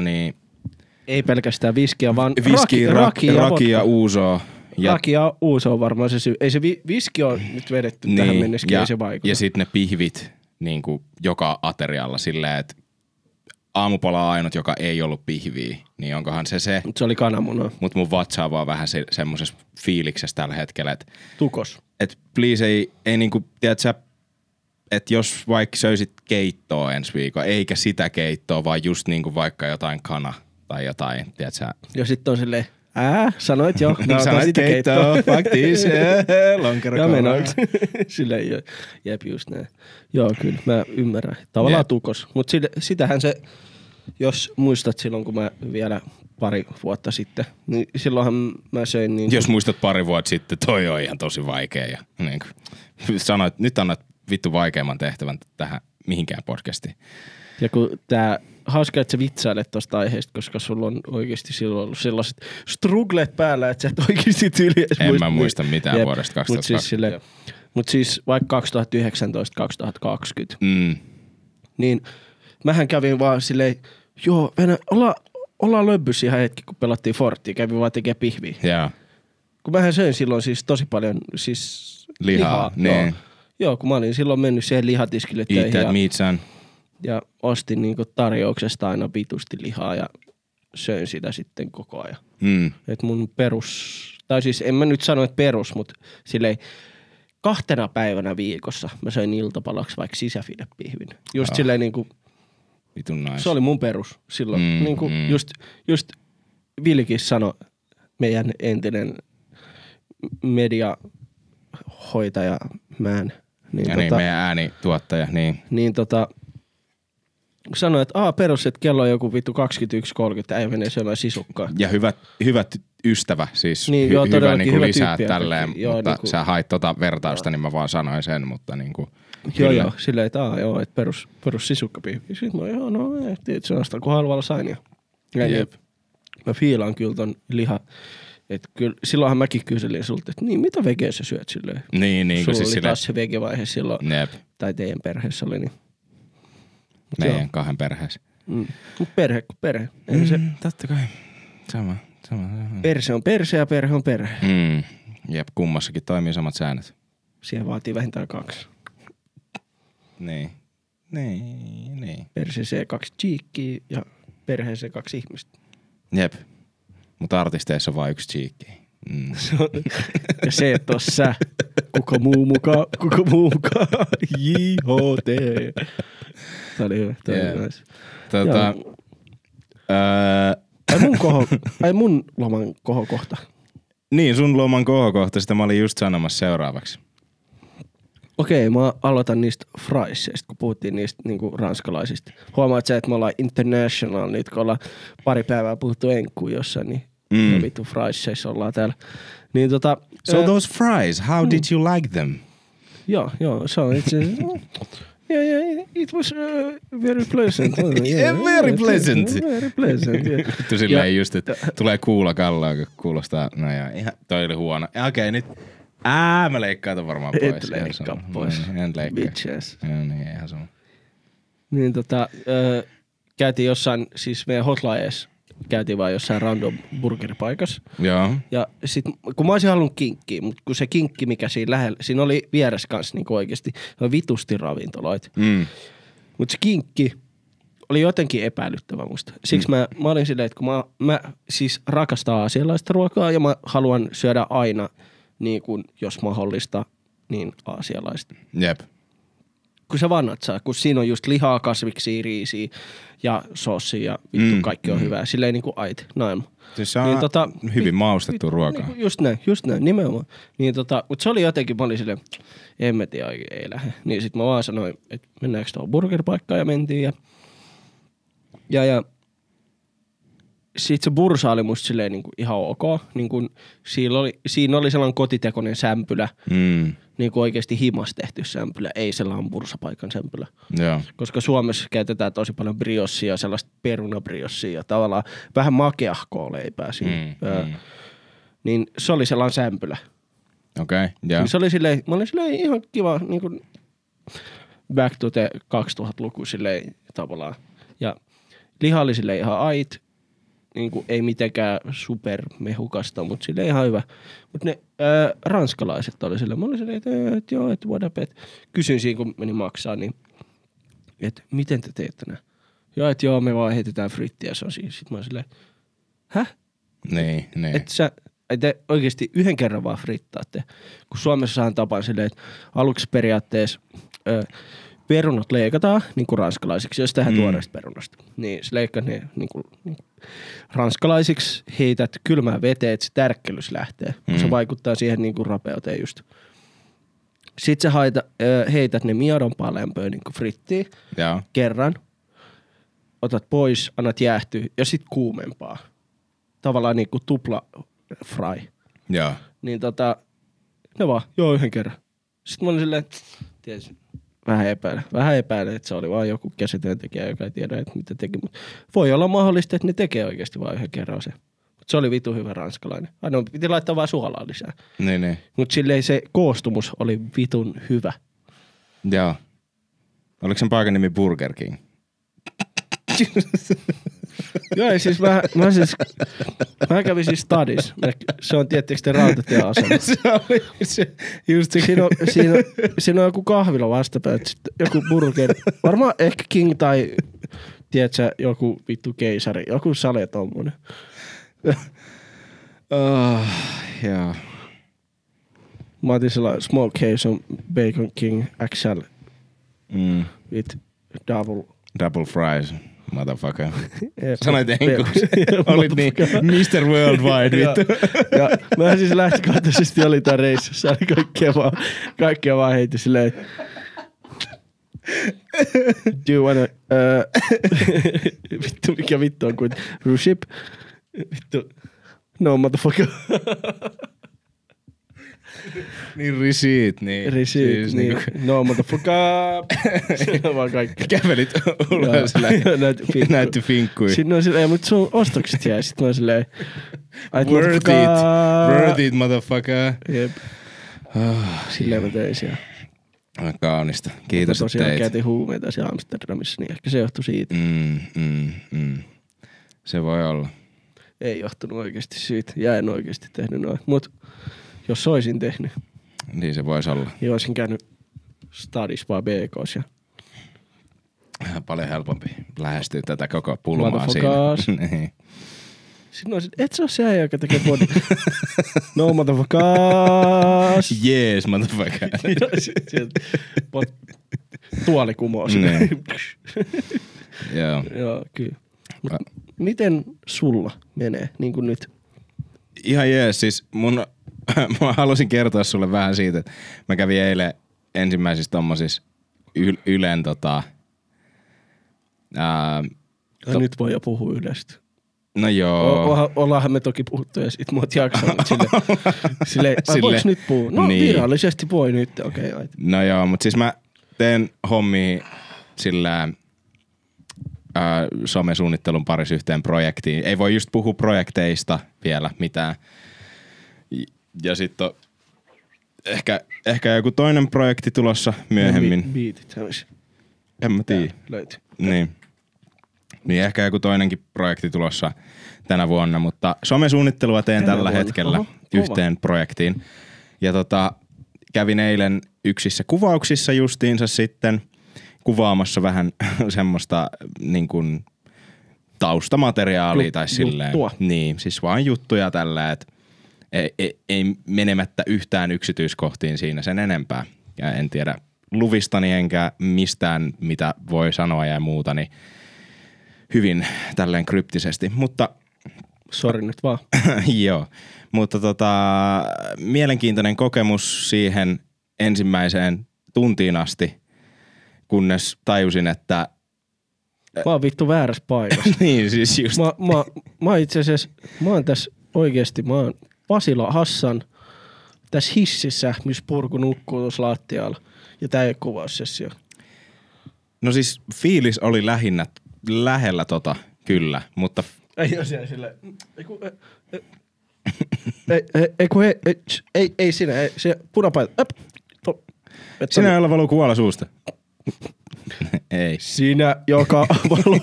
Ei pelkästään viskiä, vaan raki ja uusoo. Raki ja uusoo varmaan se syy. Ei se viski on nyt vedetty tähän mennessä, ei se vaikuta. Ja sit ne pihvit niinku joka aterialla silleen, että aamupala on ainut, joka ei ollut pihviä, niin onkohan se? Mut se oli kananmuna. Mut mun vatsaa vaan vähän semmosessa fiiliksessä tällä hetkellä, että tukos. Et please ei niinku, tiedätkö, että jos vaikka söisit keittoa ensi viikolla, eikä sitä keittoa, vaan just niinku vaikka jotain kana tai jotain, tiedätkö? Ja sit on silleen, sanoit jo. Sanoit keittoa, fuck this, lonkero ja menoiksi. Silleen, jep just näin. Joo, kyllä, mä ymmärrän. Tavallaan tukos. Mut sitähän se, jos muistat silloin, kun mä vielä pari vuotta sitten, niin silloinhan mä söin niin... Jos muistat pari vuotta sitten, toi on ihan tosi vaikea. Ja niin sanoit, nyt annat vittu vaikeamman tehtävän tähän mihinkään podcastiin. Ja kun hauska, että sä vitsailet tosta aiheesta, koska sulla on oikeesti silloin ollut sellaiset strugglet päällä, että sä et oikeesti tyyli. En mä muista mitään vuodesta 2020. Mutta siis vaikka 2019-2020, niin mähän kävin vaan silleen, joo, ollaan löbbys ihan hetki, kun pelattiin Forttia, kävin vaan tekemään pihviä. Joo. Kun mähän söin silloin siis tosi paljon siis lihaa. Niin. Joo, kun mä olin silloin mennyt siihen lihatiskille töihin. Eat that meat, son. Ja ostin niinku tarjouksesta aina vitusti lihaa ja söin sitä sitten koko ajan. Et mun tai siis en mä nyt sano, että perus, mutta silleen 2 päivänä viikossa mä söin iltapalaksi vaikka sisäfidepihvin. Just silleen niinku, vitun nice. Se oli mun perus silloin. Niinku just Vilki sanoi, meidän entinen mediahoitaja Niin, meidän äänituottaja, niin. Niin sanoi, että perus, että kello on joku vittu 21.30, ei mene syömään sisukkaa. Ja hyvät ystävä, siis niin, hyvä niinku lisää tälleen, mutta niinku, sä hait vertausta, niin mä vaan sanoin sen, mutta niinku. Joo, silleen, että että perus sisukkapihvi. Sitten mä se on sitä, kun halvalla sain ja mä fiilaan kyllä ton liha. Että kyllä, silloinhan mäkin kyselin sulta, että niin, mitä vegeä sä syöt silleen? Niin, sulla oli taas se vegevaihe silloin, tai teidän perheessä oli niin. Meidän 2 perheessä. Perhe kuin perhe. Totta kai. Sama. Perse on perse ja perhe on perhe. Jep, kummassakin toimii samat säännöt. Siihen vaatii vähintään 2. Niin. Perseeseen 2 cheekkiä ja perheeseen 2 ihmistä. Jep. Mutta artisteissa on vain 1 cheekki. Ja se, että oot sä. Kuka muu mukaan. J-H-T. Tää oli hyvä. Tää oli nice. Mun loman kohokohta. Niin, sun loman kohokohta. Sitä mä olin just sanomassa seuraavaksi. Okei, mä aloitan niistä friesseista, kun puhuttiin niistä niinku ranskalaisista. Huomaat sä, että me ollaan international nyt, kun ollaan pari päivää puhuttu enkkuun jossain, niin vittu friesseissa ollaan täällä. Niin So those fries, how did you like them? Joo, so it's yeah, it was very pleasant. Very pleasant. Very pleasant, yeah. Vittu silleen just, että tulee kuulla kallaa, kun kuulostaa, ihan, toi oli huono. Okei, nyt, mä leikkaan ton varmaan pois. Et leikkaa pois. En leikkaa. Bitches. Niin, ihan sama. Niin käytiin jossain, siis meidän hotlajeessa, käytiin vaan jossain random burgeripaikassa. Joo. Ja sit, kun mä olisin halunnut kinkkiä, mutta kun se kinkki, mikä siinä lähellä, siinä oli vieressä kanssa niinku oikeesti vitusti ravintoloita. Mutta se kinkki oli jotenkin epäilyttävä musta. Siksi mä olin silleen, että kun mä siis rakastan aasialaista ruokaa ja mä haluan syödä aina, niin kun, jos mahdollista, niin aasialaista. Jep. Kun sä vannat saa, kun siinä on just lihaa, kasviksia, riisiä ja soossia ja vittu kaikki on hyvää. Silleen niinku ait, naima. Siis se on hyvin maustettu ruokaa. Just näin, nimenomaan. Niin mutta se oli jotenkin, mä olin silleen, en mä tiedä, ei lähde. Niin sit mä vaan sanoin, että mennäänkö tuohon burgeripaikkaan ja mentiin ja sit se bursa oli musta silleen niinku ihan ok. Niinku siinä oli sellainen kotitekoinen sämpylä. Niinku oikeesti himas tehty sämpylä, ei sellainen bursapaikan sämpylä. Joo. Koska Suomessa käytetään tosi paljon briossia, sellaista perunabriossia ja tavallaan vähän makeahkoa leipää siinä. Niin se oli sellainen sämpylä. Okei, joo. Niin se oli silleen, mä olin silleen ihan kiva, niinku back to the 2000-luku silleen tavallaan. Ja liha oli silleen ihan ait. Niinku ei mitenkään supermehukasta, mutta silleen ihan hyvä. Mutta ne ranskalaiset oli silleen, mä olin silleen, että joo, että what up, et kysyin siinä, kun meni maksaa, niin että miten te teette nää? Joo, että joo, me vaan heitetään frittiä, se on siinä. Sitten mä olin silleen, häh? Niin. Että te oikeesti yhden kerran vaan frittaatte. Kun Suomessa on tapaan silleen, että aluksi periaatteessa perunat leikataan niin kuin ranskalaisiksi, jos tehdään tuoreesta perunasta. Niin se leikkaa ne niin kuin ranskalaisiksi, heität kylmää veteen, että se tärkkelys lähtee. Se vaikuttaa siihen niin kuin rapeuteen just. Sitten sä heität ne miedompaa lämpöä niin kuin frittiin kerran. Otat pois, annat jäähtyä ja sit kuumempaa. Tavallaan niin kuin tupla fry. Joo. Niin ne vaan, joo yhden kerran. Sitten mä olin silleen, tietysti, Vähän epäilen, että se oli vaan joku käsityöntekijä, joka ei tiedä, että mitä teki. Mutta voi olla mahdollista, että ne tekee oikeasti vaan yhden kerran se. Mutta se oli vitu hyvä ranskalainen. Ainoa piti laittaa vaan suolaa lisää. Niin. Mutta silleen se koostumus oli vitun hyvä. Joo. Oliko sen paikan nimi Burger King? Joo, siis mä kävin siis stadis. Se on tietysti rautatieasema. Se oli se, just se. Siinä on joku kahvila vastapäätä, joku burger. Varmaan ehkä King tai, tiedätkö, joku vittu keisari. Joku sale tommonen. Joo. Mä otin sellainen Smoke Hazen Bacon King XL with double fries. Motherfucker. Sanoit enkuksi. Olit niin Mr. Worldwide, vittu. Ja mä siis lähtökohtaisesti oli tää reissussa. Oli kaikkea vaan heitti silleen. Do you wanna... vittu, mikä vittu on kuin... Ruship? Vittu. No, motherfucker. Niin receipt, niin. Receipt, siis niin. No, motherfucker. Siinä on vaan kaikki. Kävelit ulos, näytti finkkuja. Sitten on silleen, mutta sun ostokset jäi. Sitten on silleen... Worth it, motherfucker. Jep. Silleen mä tein siellä. Kaunista. Kiitos, että tosiaan teit. käytiin huumeita siellä Amsterdamissa, niin ehkä se johtui siitä. Se voi olla. Ei johtunut oikeasti siitä. Jäin oikeasti tehnyt noin. Mut jos olisin tehnyt. Niin se voisi olla. Niin olisin käynyt stadis vaan BKs ja... Paljon helpompi lähestyä tätä koko pulmaa siinä. Niin. Sitten olisin, et sä oo se äijä, joka tekee body. No motherfuckers. Yes, motherfucker. Tuoli kumoo sinne. Joo, kyllä. Miten sulla menee, niin kuin nyt? Ihan jees, siis mä halusin kertoa sulle vähän siitä, että mä kävin eilen ensimmäisissä tommosissa Ylen nyt voi jo puhua Ylestä. No joo. Ollaanhan me toki puhuttu ja sit mä oot jaksanut silleen, voiko nyt puhua? No niin. Virallisesti voi nyt, okei. No joo, mut siis mä teen hommia sillä somesuunnittelun parissa yhteen projektiin. Ei voi just puhua projekteista vielä mitään. Ja sitten on ehkä joku toinen projekti tulossa myöhemmin. Biitit hävisi. En mä tiedä. Löytyy. Niin ehkä joku toinenkin projekti tulossa tänä vuonna, mutta somesuunnittelua teen tällä hetkellä yhteen projektiin. Ja kävin eilen yksissä kuvauksissa justiinsa sitten kuvaamassa vähän semmoista niin kuin taustamateriaalia tai silleen. Juttua. Niin, siis vaan juttuja tällä, että ei menemättä yhtään yksityiskohtiin siinä sen enempää. Ja en tiedä luvistani enkä mistään, mitä voi sanoa ja muuta, niin hyvin tälleen kryptisesti, mutta... Sori nyt vaan. Joo, mutta mielenkiintoinen kokemus siihen ensimmäiseen tuntiin asti, kunnes tajusin, että... Mä oon vittu väärässä paikassa. Niin, siis just. Mä itse asiassa, mä oon tässä oikeesti, mä oon Pasila Hassan tässä hississä, missä Purku nukkuu tuossa lattialla. Ja tää ei ole kuvaussessio. No siis fiilis oli lähellä kyllä, mutta... Ei ole siellä silleen... Ei sinä, se punapaita. Sinä, jolla valuu kuola suusta. Ei. Sinä, joka valuu...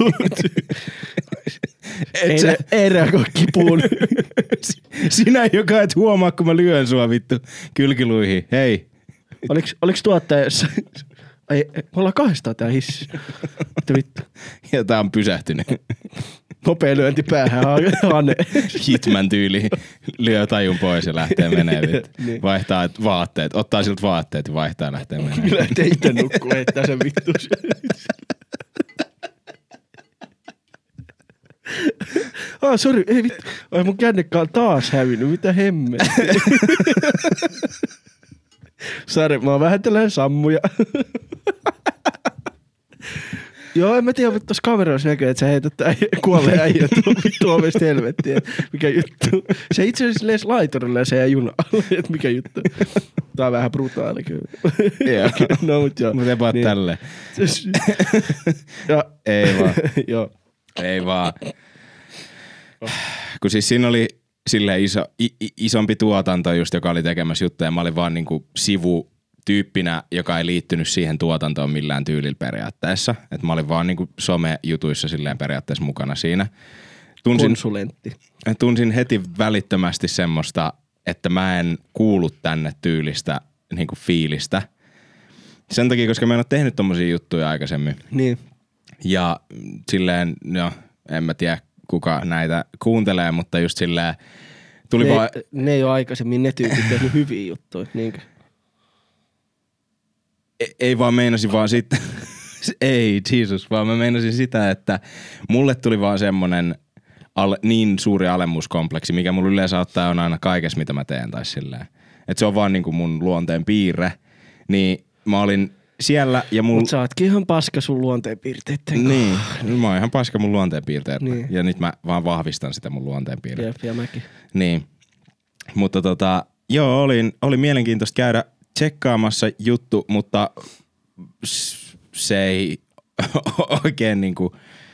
Ei reagoi kipuun. Sinä, joka et huomaa, kun mä lyön sua vittu kylkiluihin. Hei. Oliks tuottajassa... Ei, me ollaan kahdestaan tää hissi. Mitä vittu? Ja tää on pysähtynyt. Nopea lyönti päähän, Hane. Hitman tyyli lyö tajun pois ja lähtee menee. Niin. Vaihtaa vaatteet, ottaa siltä vaatteet ja vaihtaa ja lähtee menee. Lähtee itse nukkuu, heittää sen vittu. Sori, ei vittu. Ai mun kännykkä on taas hävinnyt, mitä hemmettiä. Sari, mä oon vähän tällainen sammuja. Joo, en mä tiedä, mutta tuossa kamerassa näkyy, että sä heität kuolleen äijä vittu ovesta helvettiin. Mikä juttu? Se itse asiassa lees laiturille ja se jää junalle, että mikä juttu. Tää on vähän brutaali kyllä. Joo. No mut joo. Mut ei vaan tälleen. Ei vaan. Joo. Ei vaan. Kun siis siinä oli silleen isompi tuotanto just, joka oli tekemässä juttuja. Mä olin vaan niinku sivutyyppinä, joka ei liittynyt siihen tuotantoon millään tyylillä periaatteessa. Et mä olin vaan niinku some-jutuissa silleen periaatteessa mukana siinä. Konsulentti. Tunsin heti välittömästi semmoista, että mä en kuulu tänne tyylistä niinku fiilistä. Sen takia, koska mä en ole tehnyt tommosia juttuja aikaisemmin. Niin. Ja silleen, no en mä tiedä kuka näitä kuuntelee, mutta just silleen tuli ne ei ole aikaisemmin ne tyypit tehnyt hyviä juttuja, niinkö? Ei vaan meinasin vaan sitten, ei Jesus, vaan mä meinasin sitä, että mulle tuli vaan semmonen niin suuri alemmuuskompleksi, mikä mulla yleensä ottaa on aina kaikessa, mitä mä teen tai silleen. Että se on vaan niinku mun luonteen piirre, niin mä olin siellä ja mulla... Mut sä ootkin ihan paska sun luonteenpiirteitten Niin, mä oon ihan paska mun luonteenpiirteet. Niin. Ja nyt mä vaan vahvistan sitä mun luonteenpiirteet. Jep, ja mäkin. Niin. Mutta joo, oli mielenkiintoista käydä tsekkaamassa juttu, mutta se ei oikein niinku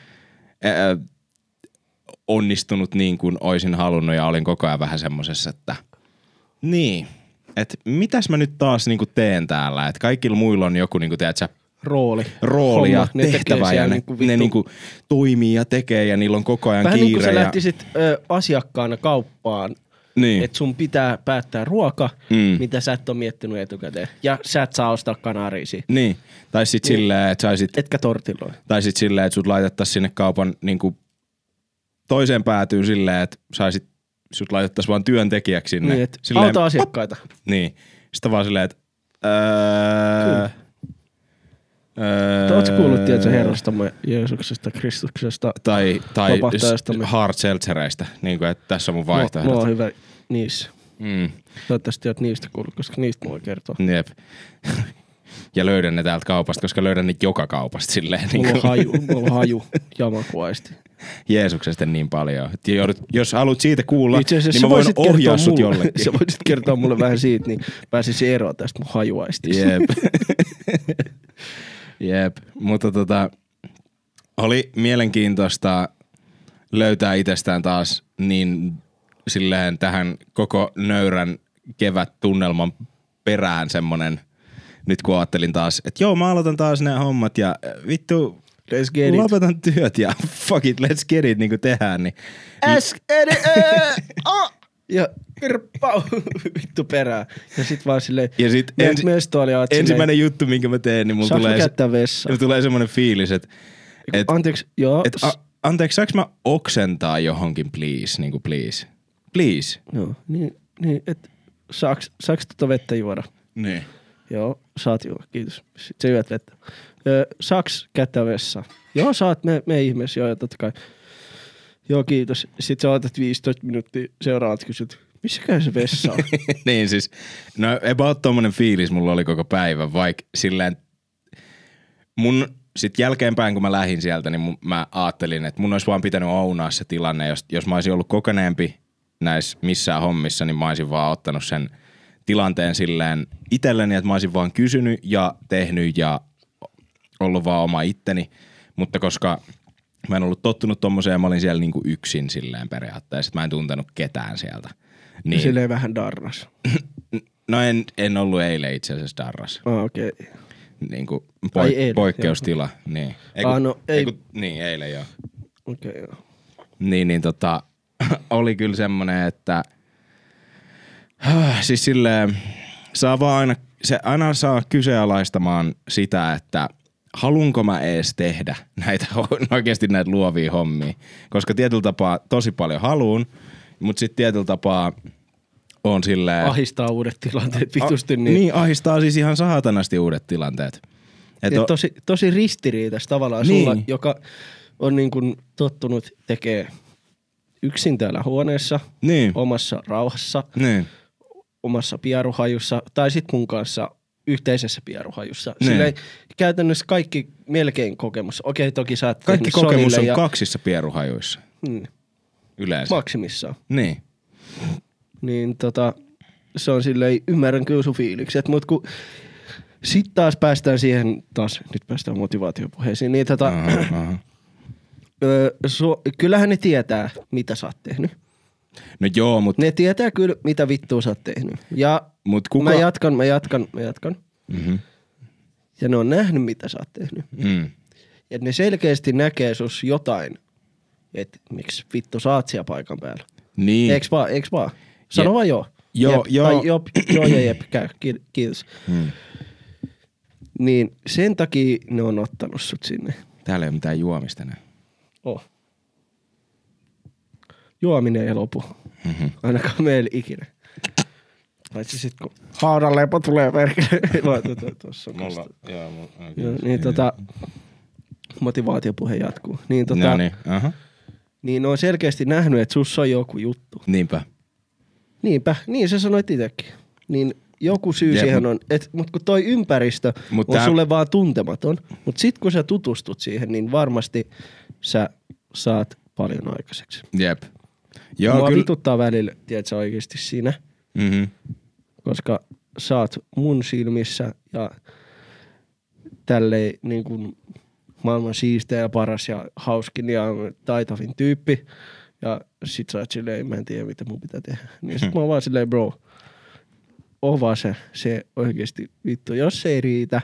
onnistunut niin kuin oisin halunnut ja olin koko ajan vähän semmosessa, että niin, että mitäs mä nyt taas niinku teen täällä, että kaikilla muilla on joku niinku, tiedätkö, rooli ja tehtävä ja ne niinku toimii ja tekee ja niillä on koko ajan vähän kiire. Vähän niin kuin sä lähtisit asiakkaana kauppaan, niin. Että sun pitää päättää ruoka, mitä sä et ole miettinyt etukäteen. Ja sä et saa ostaa kanariisia. Niin, tai sit silleen, että saisit... Etkä tortilloi. Tai sit silleen, että sut laitettaisiin sinne kaupan niinku toiseen päätyyn silleen, että sut laitettaisiin vaan työntekijäksi sinne. Niin, että auta asiakkaita. Niin, sitä vaan silleen, että... Ootko kuullut, tiedätkö, Herrastamme Jeesuksesta, Kristuksesta, tai vapahtajastamme? hard seltzereistä, niin kuin, että tässä on mun vaihtoehdot. Mulla on hyvä niissä. Toivottavasti oot niistä kuullut, koska niistä mulla kertoo. Jep. Ja löydän ne täältä kaupasta, koska löydän niitä joka kaupasta silleen. Mulla on haju jamakuaisti. Jeesuksesta niin paljon. Jos haluat siitä kuulla, niin mä voin ohjaa sut jollekin. Sä voisit kertoa mulle vähän siitä, niin pääsisi eroon tästä mun hajuaistista. Jep. Jep, mutta oli mielenkiintoista löytää itsestään taas niin silleen tähän koko nöyrän kevättunnelman perään semmonen, nyt kun ajattelin taas, että joo mä aloitan taas nämä hommat ja vittu lopetan työt ja fuck it, let's get it niin kuin tehdään. Niin. Ja kirppau vittu perään. Ja sit vaan silleen, ja sit ensimmäinen juttu, minkä mä teen, niin mulla tulee semmonen fiilis, että anteeksi, joo. Anteeksi, saaks mä oksentaa johonkin, please, niinku please. Please. Joo, niin että saaks vettä juoda? Niin. Joo, saat juoda, kiitos. Sitten sä juot vettä. Saaks kättä vessaan? Joo, saat, me ihmeessä, joo, totta kai. Joo, kiitos. Sitten sä otat 15 minuuttia seuraavat kysyt, missä käy se vessa on? Niin siis, no about tommonen fiilis mulla oli koko päivä, vaikka silleen mun sit jälkeenpäin kun mä lähdin sieltä, niin mä ajattelin, että mun olisi vaan pitänyt ounaa se tilanne, jos mä olisin ollut kokeneempi näissä missään hommissa, niin mä olisin vaan ottanut sen tilanteen silleen itselleni, että mä olisin vaan kysynyt ja tehnyt ja ollut vaan oma itteni, mutta koska mä en ollut tottunut tommoseen ja mä olin siellä niinku yksin silleen periaatteessa, että mä en tuntenut ketään sieltä. Niin. Silleen vähän darras. No en ollut eilen itse asiassa darras. Okei. Okay. Niinku poikkeustila. Niin. Niin, eilen joo. Okei, joo. Niin oli kyllä semmonen, että siis silleen saa vaan aina saa kyseenalaistamaan sitä, että haluanko mä ees tehdä oikeasti näitä luovia hommia. Koska tietyllä tapaa tosi paljon haluun, mutta sitten tietyllä tapaa on silleen... Ahistaa uudet tilanteet vitusti. Niin, ahistaa siis ihan saatanasti uudet tilanteet. Tosi ristiriitaista tavallaan niin. Sulla, joka on niin kuin tottunut tekee yksin täällä huoneessa, niin. Omassa rauhassa, niin. Omassa pieruhajussa, tai sit mun kanssa yhteisessä pieruhajussa. Silleen käytännössä kaikki melkein kokemus. Okei, toki sä oot kaikki kokemus on kaksissa pieruhajuissa. Yleensä. Maksimissaan. Niin. Niin se on silleen, ymmärrän kyllä sun fiilikset, mutta kun sit taas päästään siihen, nyt päästään motivaatiopuheisiin, niin kyllähän ne tietää, mitä sä oot tehnyt. No joo, mutta... Ne tietää kyllä, mitä vittua sä oot tehnyt. Ja mä jatkan. Mm-hmm. Ja ne on nähnyt, mitä sä oot tehnyt. Ja ne selkeästi näkee sus jotain, että miksi vittu sä oot siellä paikan päällä. Niin. Eiks vaan? Sano vaan joo. Joo. Joo ja jep, käy. Kiitos. Niin sen takia ne on ottanut sut sinne. Täällä ei ole mitään juomista enää. Juominen ei lopu. Ainakaan meillä ikinä. Paitsi sit kun haudanlepo tulee perkele. Tuossa on mulla, niin motivaatiopuhe jatkuu. Niin niin ne on selkeästi nähnyt, että sussa on joku juttu. Niinpä, niin sä sanoit itsekin. Niin joku syy siihen on, mutta kun toi ympäristö on sulle vaan tuntematon, mutta sit kun sä tutustut siihen, niin varmasti sä saat paljon aikaiseksi. Jep. Mua vituttaa välillä, tiedätkö oikeesti siinä, koska sä oot mun silmissä ja tälleen niin kuin maailman siisteä ja paras ja hauskin ja taitavin tyyppi. Ja sit sä oot silleen, mä en tiedä mitä mun pitää tehdä. Niin sit mä oon vaan silleen, bro, on vaan se oikeesti vittu. Jos se ei riitä,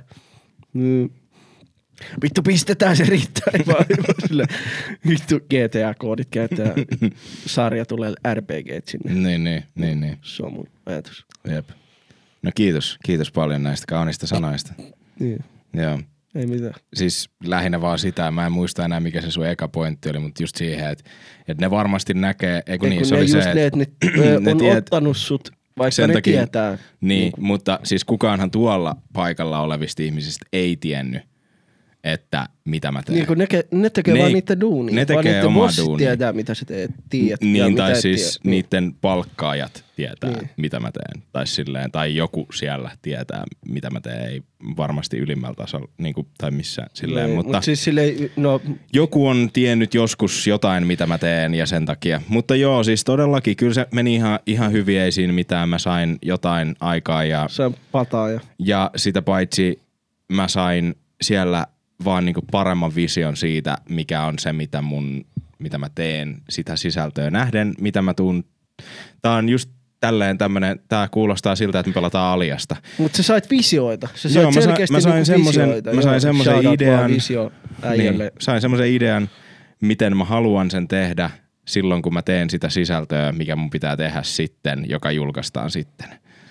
vittu pistetään se riittää. Silleen, vittu GTA-koodit käyttää, sarja tulee RPGt sinne. Niin. Se on mun ajatus. Jep. No kiitos paljon näistä kaunista sanoista. Niin. Joo. Ei mitään. Siis lähinnä vaan sitä, mä en muista enää mikä se sun eka pointti oli, mutta just siihen, että ne varmasti näkee, se oli se, että ne on ottanut sut, vaikka ne tietää. Niin, mutta siis kukaanhan tuolla paikalla olevista ihmisistä ei tiennyt, että mitä mä teen. Niin kun ne tekee vaan niiden duunia. Ne tekee omaa duunia. Tietää, mitä sä tiedät. Niin, tai siis niiden palkkaajat tietää, mitä mä teen. Tai silleen, tai joku siellä tietää, mitä mä teen. Ei varmasti ylimmällä tasolla, niin kuin, tai missä silleen. Mutta siis silleen, joku on tiennyt joskus jotain, mitä mä teen ja sen takia. Mutta joo, siis todellakin, kyllä se meni ihan hyvin, ei siinä mitään. Mä sain jotain aikaa ja... Sain pataa ja sitä paitsi mä sain siellä vaan niinku paremman vision siitä, mikä on se, mitä mä teen, sitä sisältöä nähden, mitä mä tuun. Tää on just tämmönen, tää kuulostaa siltä, että me pelataan Aliasta. Mutta sä sait visioita. Mä sain semmoisen idean. Sain semmoisen idean, miten mä haluan sen tehdä silloin, kun mä teen sitä sisältöä, mikä mun pitää tehdä sitten, joka julkaistaan sitten.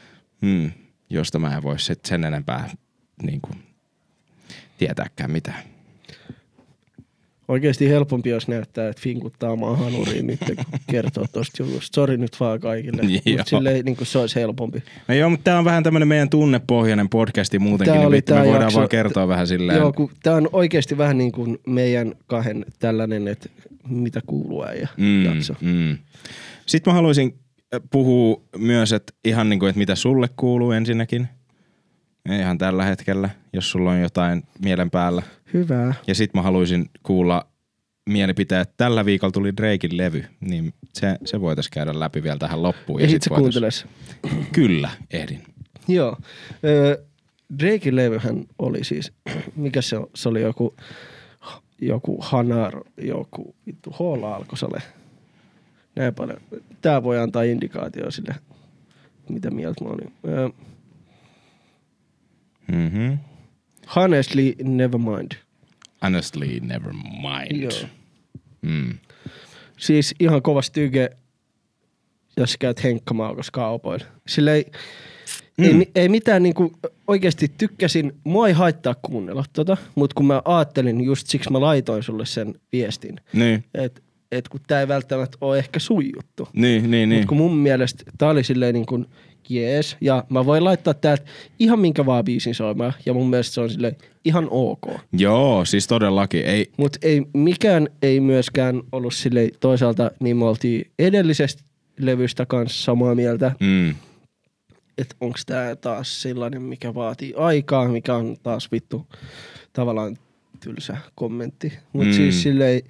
Josta mä en voi sen enempää niinku tietääkään mitään. Oikeesti helpompi, jos näyttää, että finkuttaa hanuriin nyt, kun kertoo tosta jutusta. Sori nyt vaan kaikille, mutta silleen niin se olisi helpompi. No joo, mutta tää on vähän tämmönen meidän tunnepohjainen podcasti muutenkin, niin me voidaan vaan kertoa vähän silleen. Joo, kun tää on oikeesti vähän niin kuin meidän kahden tällainen, että mitä kuuluu äijä jakso. Sitten mä haluaisin puhua myös, että ihan niin kuin, että mitä sulle kuuluu ensinnäkin. Ihan tällä hetkellä, jos sulla on jotain mielen päällä. Hyvä. Ja sit mä haluaisin kuulla mielipiteet. Tällä viikolla tuli Draken levy, niin se voitaisiin käydä läpi vielä tähän loppuun. Ehdit sä kuunteles? Kyllä, ehdin. Joo. Draken levyhän oli siis, mikä se on? Se oli joku Hanar, joku vittu Hola alkoi se ole. Näin paljon. Tää voi antaa indikaatio sille, mitä mieltä mä olin. Honestly, never mind. Honestly, never mind. Joo. Siis ihan kova styge, jos käyt henkkamaukos kaupoilla. Silleen ei mitään niinku, oikeesti tykkäsin, mua ei haittaa kuunnella mutta kun mä ajattelin, just siksi mä laitoin sulle sen viestin. Niin. Et kun tää ei välttämättä ole ehkä sun juttu. Niin. Mut kun mun mielestä tää oli silleen niinku jees, ja mä voin laittaa täältä ihan minkä vaan biisin soimaan, ja mun mielestä se on silleen ihan ok. Joo, siis todellakin. Mut mikään ei myöskään ollut silleen toisaalta, niin me oltiin edellisestä levystä kanssa samaa mieltä. että onko tää taas sellainen, mikä vaatii aikaa, mikä on taas vittu tavallaan tylsä kommentti. Mut siis silleen...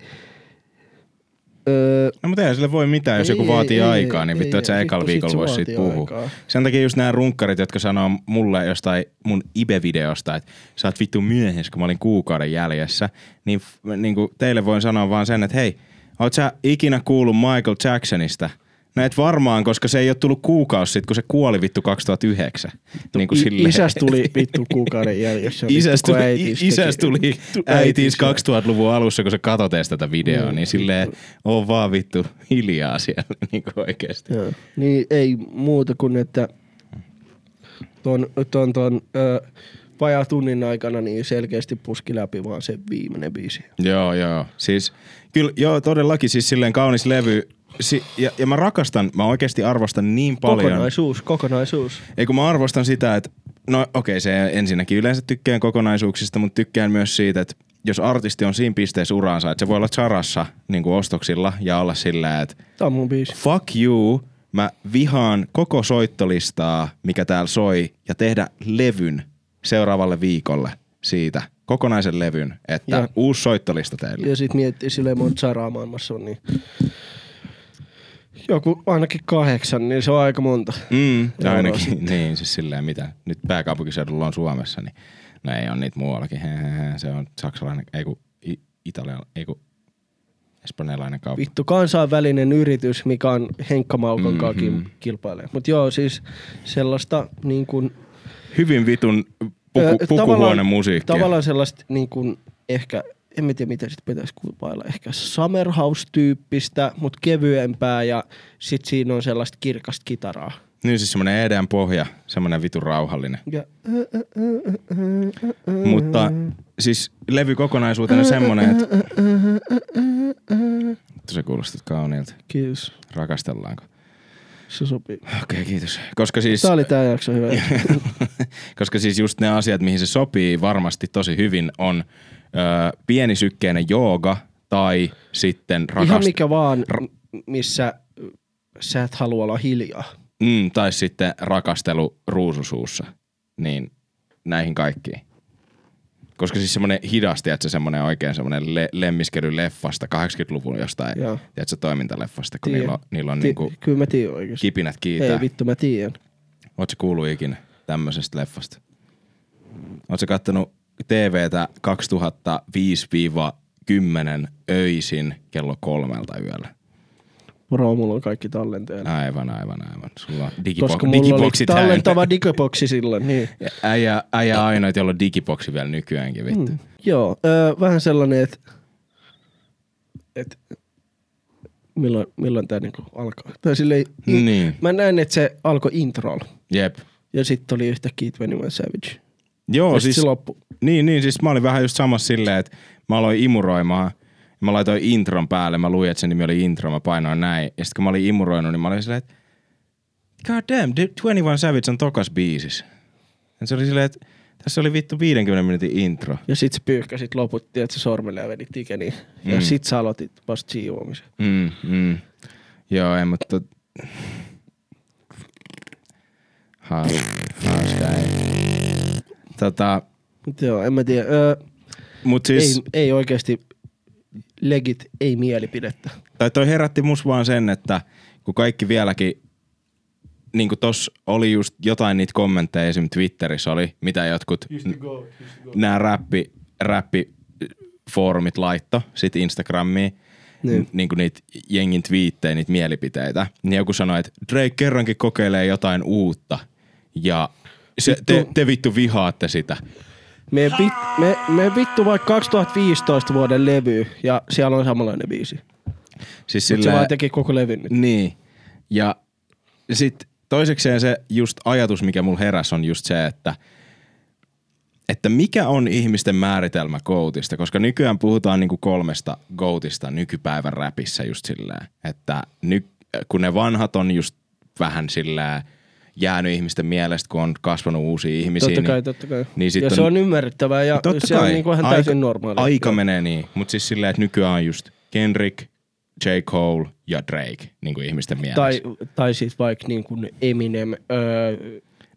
No mutta eihän sille voi mitään, jos joku vaatii aikaa, niin vittu, että sä ekalla viikolla vois siitä puhua. Sen takia just nämä runkkarit, jotka sanoo mulle jostain mun Ibe-videosta, että sä oot vittu myöhässä, kun mä olin kuukauden jäljessä, niin kuin teille voin sanoa vaan sen, että hei, oot sä ikinä kuullut Michael Jacksonista? No et varmaan, koska se ei ole tullut kuukausi sit, kun se kuoli vittu 2009. Niin isäs tuli vittu kuukauden jäljessä. Isäs tuli äitiis 2000-luvun alussa, kun se katsotees tätä videoa, niin silleen on vaan vittu hiljaa siellä niin kuin oikeesti. Joo. Niin ei muuta kuin, että ton vajaa tunnin aikana niin selkeästi puski läpi vaan se viimeinen biisi. Joo. Siis kyllä, joo todellakin siis silleen kaunis levy. Ja mä mä oikeesti arvostan niin paljon. Kokonaisuus. Ei kun mä arvostan sitä, että no okei, se ensinnäkin yleensä tykkään kokonaisuuksista, mutta tykkään myös siitä, että jos artisti on siinä pisteessä uraansa, että se voi olla charassa niin kuin ostoksilla ja olla sillä, että tää on mun biisi. Fuck you, mä vihaan koko soittolistaa, mikä täällä soi, ja tehdä levyn seuraavalle viikolle siitä. Kokonaisen levyn, että ja uusi soittolista teille. Ja sit miettii silleen, mun charaa maailmassa on niin... Joku ainakin 8, niin se on aika monta. Ainakin, niin siis silleen mitä. Nyt pääkaupunkiseudulla on Suomessa, niin no ei ole niitä muuallakin. Se on saksalainen, italialainen, espanjalainen kauppa. Vittu, kansainvälinen yritys, mikä on Henkka Maukon kanssa kilpailee. Mut joo, siis sellaista niin kuin... Hyvin vitun pukuhuone musiikkia. Tavallaan sellaista niin kuin ehkä... En tiedä, mitä sit pitäisi kuvailla. Ehkä Summer House-tyyppistä, mutta kevyempää ja sit siinä on sellaista kirkasta kitaraa. Niin siis semmonen EDM pohja, semmonen vitun rauhallinen. Ja mutta siis levy kokonaisuutena semmonen, että se kuulostat kauniilta. Kiitos. Rakastellaanko? Se sopii. Okei, kiitos. Koska siis... Tää oli tää jakso hyvä. Koska siis just ne asiat, mihin se sopii varmasti tosi hyvin on pienisykkeinen jooga tai sitten ihan mikä vaan, missä sä et halua olla hiljaa. Tai sitten rakastelu ruususuussa. Niin näihin kaikkiin. Koska siis semmonen hidasti, että se semmonen oikein semmonen lemmiskely leffasta 80-luvun jostain, tiedätkö, toimintaleffasta, kun niillä on niinku kyllä mä tiedän oikeesti. Kipinät kiitää. Ei vittu, mä tiedän. Ootko kuullut ikinä tämmöisestä leffasta? Ootko kattonut TVtä 2005-10 öisin kello 3 yöllä? Bro, mulla on kaikki tallenteena. Aivan. Sulla on koska mulla oli tallentava digiboksi silloin, niin. Äijä ainoa, jolla on digiboksi vielä nykyäänkin, vittu. Joo, vähän sellainen, että milloin tää niinku alkaa. Tai silleen, niin. Mä näin, että se alkoi introlla. Jep. Ja sitten oli yhtäkkiä 21 Savage. Joo, ja siis se loppu. Niin, siis mä olin vähän just samassa silleen, että mä aloin imuroimaan. Mä laitoin intron päälle, mä luin, että sen nimi oli intro, mä painoin näin. Ja sitten kun mä olin imuroinut, niin mä olin silleen, että god damn, 21 Savage on tokas biisis. Ja se oli silleen, että tässä oli vittu 50 minuutin intro. Ja sit sä pyyhkäsit loput, että sä sormelle ja vedit ikeniin. Ja sit sä aloitit vasta siivoamisen. Joo, ei, mutta... Hauska ei. Joo, en mä tiedä. Mut siis... Ei oikeesti legit, ei mielipidettä. Tai toi herätti mus vaan sen, että kun kaikki vieläkin... Niinku tossa oli just jotain niitä kommentteja, esim. Twitterissä oli, mitä jotkut nää räppifoorumit laitto sit Instagramiin. Niinku niitä jengin twiittejä, niitä mielipiteitä. Niin joku sanoi, että Drake kerrankin kokeilee jotain uutta. Ja te vittu vihaatte sitä. Me vittu vaikka 2015 vuoden levy ja siellä on samanlainen biisi. Siis se vaan teki koko levyn nyt. Niin. Ja sit toisekseen se just ajatus, mikä mulla heräs, on just se, että mikä on ihmisten määritelmä GOATista, koska nykyään puhutaan niinku 3 GOATista nykypäivän räpissä just silleen, että kun ne vanhat on just vähän silleen jäänyt ihmisten mielestä, kun on kasvanut uusia ihmisiä. Totta kai. Niin ja se on ymmärrettävää ja se on niinku ihan täysin normaali. Aika menee niin, mutta siis silleen, että nykyään on just Kendrick, J. Cole ja Drake niin kuin ihmisten mielestä. Tai siis vaikka niin kuin Eminem,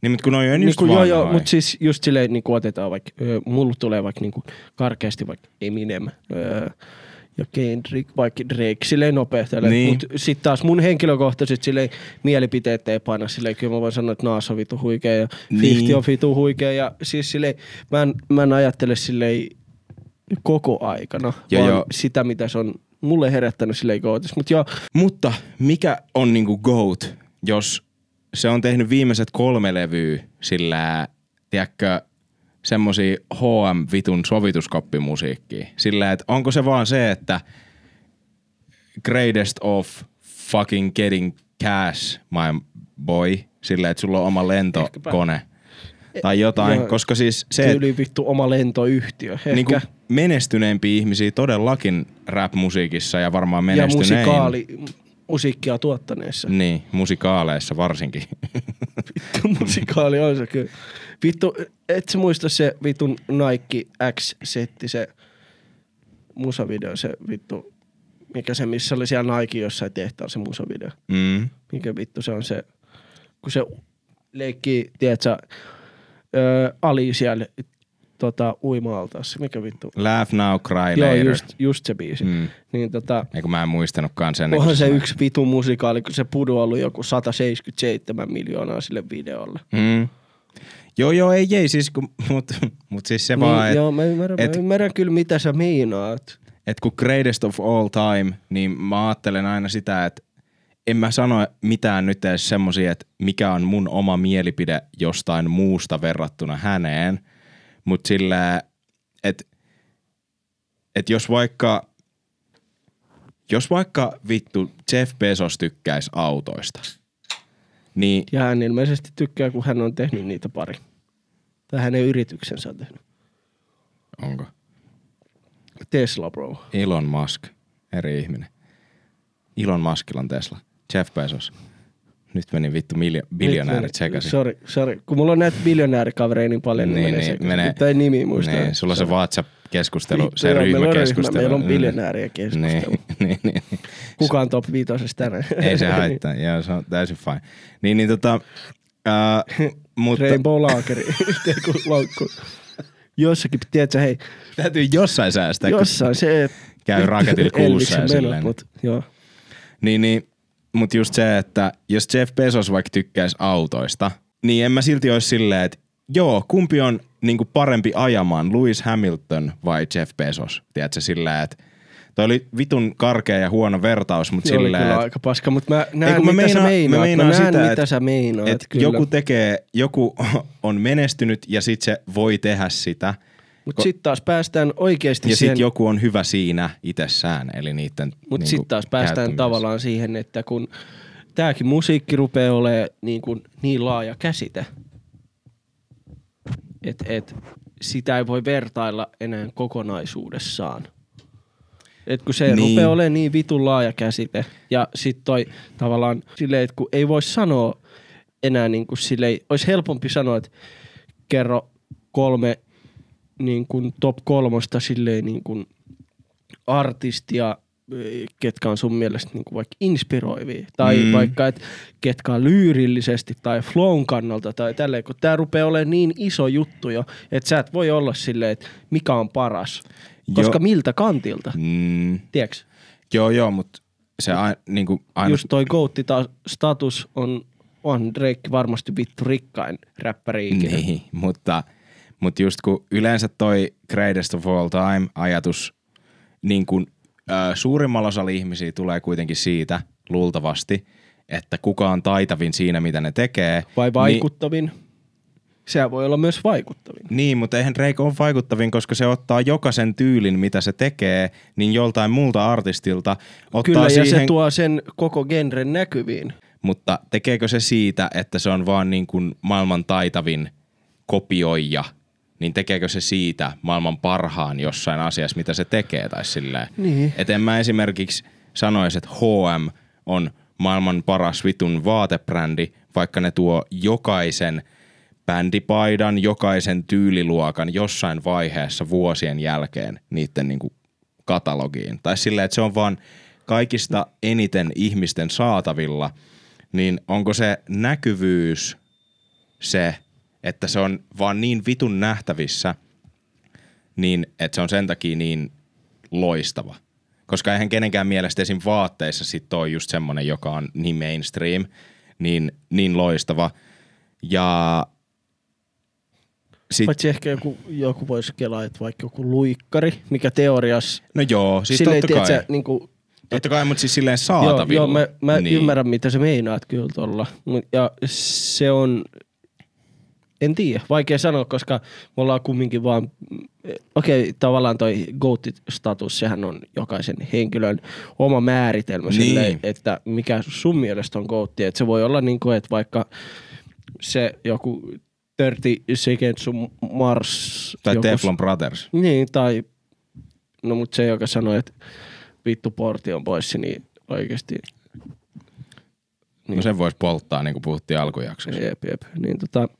Niin, mutta kun noi on just niin vanhoja. mutta siis just silleen niin otetaan vaikka, mulla tulee vaikka niin karkeasti vaikka Eminem ja Kendrick, vaikka Drake silleen nopeasti. Niin. Mutta sitten taas mun henkilökohtaiset silleen mielipiteet ei paina silleen, kyllä mä voin sanoa, että Nas on vitu huikea ja 50 on vitu huikea ja siis silleen, mä en ajattele silleen koko aikana, vaan sitä mitä se on mulle herättänyt silleen GOATissa. Mutta mikä on niinku GOAT, jos se on tehnyt viimeiset 3 levyä sillä, tiedätkö, semmosia HM-vitun sovituskoppimusiikkia. Sillä, että onko se vaan se, että greatest of fucking getting cash, my boy. Sillä, että sulla on oma lentokone. Tai jotain, koska siis se... Tyyli vittu oma lentoyhtiö. Niinku menestyneempiä ihmisiä todellakin rap-musiikissa ja varmaan menestynein. Ja musiikkia tuottaneessa. Niin, musikaaleissa varsinkin. Vittu musikaali on se kyllä. Vittu, et sä muista se vitun Nike X-setti, se musavideo, se vittu, mikä se, missä oli siellä Nike jossain tehtaan se musavideo. Mikä vittu se on se, kun se leikkii, tiedätkö, Ali siellä uima-altaassa, mikä vittu? Laugh Now, Cry Later. Joo, just se biisi. Niin Eikö mä en muistanutkaan sen. Onhan se yksi vitun musikaali, kun se Pudu on ollut joku 177 miljoonaa sille videolle. Joo, ei siis, mut siis se niin, vaan, joo, mä ymmärrän kyllä, mitä sä meinaat. Et kun greatest of all time, niin mä ajattelen aina sitä, että en mä sano mitään nyt edes semmosia, että mikä on mun oma mielipide jostain muusta verrattuna häneen, mut sillä, että jos vaikka vittu Jeff Bezos tykkäisi autoista, niin... Ja hän ilmeisesti tykkää, kun hän on tehnyt niitä pari. Tai hänen yrityksensä on tehnyt. Onko? Tesla, bro. Elon Musk. Eri ihminen. Elon Muskilla on Tesla. Jeff Bezos. Nyt meni vittu biljonäärit sekaisin. Sorry. Kun mulla on näitä biljonäärikavereita niin paljon, niin menee sekaisin. Tai nimi muista. Niin, sulla on se WhatsApp-keskustelu, se ryhmäkeskustelu. Meillä on biljonääriä keskustelu. Niin. Kuka on top 5 tänään? Ei se haittaa. Joo, se on täysin fine. Mutta... Rainbow Laakeri. Yhteen laukku. Jossakin, tiedätkö, hei. Täytyy jossain säästää. Jossain se, että... Käy raketilla kuussa ja silleen. Joo. Niin. Mutta just se, että jos Jeff Bezos vaikka tykkäisi autoista, niin en mä silti olisi silleen, että joo, kumpi on niinku parempi ajamaan, Lewis Hamilton vai Jeff Bezos? Tiedätkö silleen, että toi oli vitun karkea ja huono vertaus, mutta silleen... Oli kyllä aika paska, mutta mä näen mitä sä meinaat. Että joku on menestynyt ja sit se voi tehdä sitä. Mutta sitten taas päästään oikeasti ja siihen... Ja sitten joku on hyvä siinä itsessään, eli niiden Mutta sitten taas päästään tavallaan siihen, että kun tääkin musiikki rupeaa olemaan niin laaja käsite, että sitä ei voi vertailla enää kokonaisuudessaan. Että kun se rupeaa olemaan niin vitun laaja käsite, ja sitten toi tavallaan silleen, että kun ei voi sanoa enää niin kuin silleen, olisi helpompi sanoa, että kerro 3 niin kuin top 3 silleen niin kuin artistia, ketkä on sun mielestä niin kuin vaikka inspiroivia. Tai vaikka, että ketkä on lyyrillisesti tai flown kannalta tai tälleen, kun tää rupeaa olemaan niin iso juttu jo, että sä et voi olla silleen, että mikä on paras. Koska miltä kantilta, tiedätkö? Joo, mutta se niinku aina... Just toi GOAT-status on Drake varmasti vittu rikkain räppäri ikinä. Niin, mutta just kun yleensä toi greatest of all time ajatus niin kuin suurimmalla osalla ihmisiä tulee kuitenkin siitä luultavasti, että kuka on taitavin siinä, mitä ne tekee. Vai vaikuttavin? Sehän voi olla myös vaikuttavin. Niin, mutta eihän Drake ole vaikuttavin, koska se ottaa jokaisen tyylin, mitä se tekee, niin joltain muulta artistilta ottaa kyllä, siihen... ja se tuo sen koko genren näkyviin. Mutta tekeekö se siitä, että se on vaan niin kuin maailman taitavin kopioija, niin tekeekö se siitä maailman parhaan jossain asiassa, mitä se tekee tai silleen. Niin. Et en mä esimerkiksi sanoisi, että H&M on maailman paras vitun vaatebrändi, vaikka ne tuo jokaisen bändipaidan, jokaisen tyyliluokan jossain vaiheessa vuosien jälkeen niiden niinku katalogiin. Tai silleen, että se on vaan kaikista eniten ihmisten saatavilla, niin onko se näkyvyys se, että se on vaan niin vitun nähtävissä, niin että se on sen takia niin loistava. Koska eihän kenenkään mielestä esim. Vaatteissa sit on just semmonen, joka on niin mainstream, niin loistava. Ja paitsi ehkä joku voisi kelaa, että vaikka joku luikkari, mikä teoriassa... No joo, siis silleen, totta kai. Tiedätkö, niinku, totta kai, mutta siis silleen saatavilla. Joo, mä niin. Ymmärrän, mitä sä meinaat kyllä tuolla. Ja se on... En tiedä, vaikea sanoa, koska me ollaan kumminkin vaan... Okei, tavallaan toi GOAT-status, sehän on jokaisen henkilön oma määritelmä niin. Silleen, että mikä sun mielestä on GOAT. Että se voi olla niin kuin, että vaikka se joku 30 Seconds to Mars... Tai Teflon Brothers. Niin, tai... No mut se, joka sanoi, että vittu portti on pois, niin oikeesti... Niin. No sen vois polttaa, niin kuin puhuttiin alkujaksossa. Jep. Niin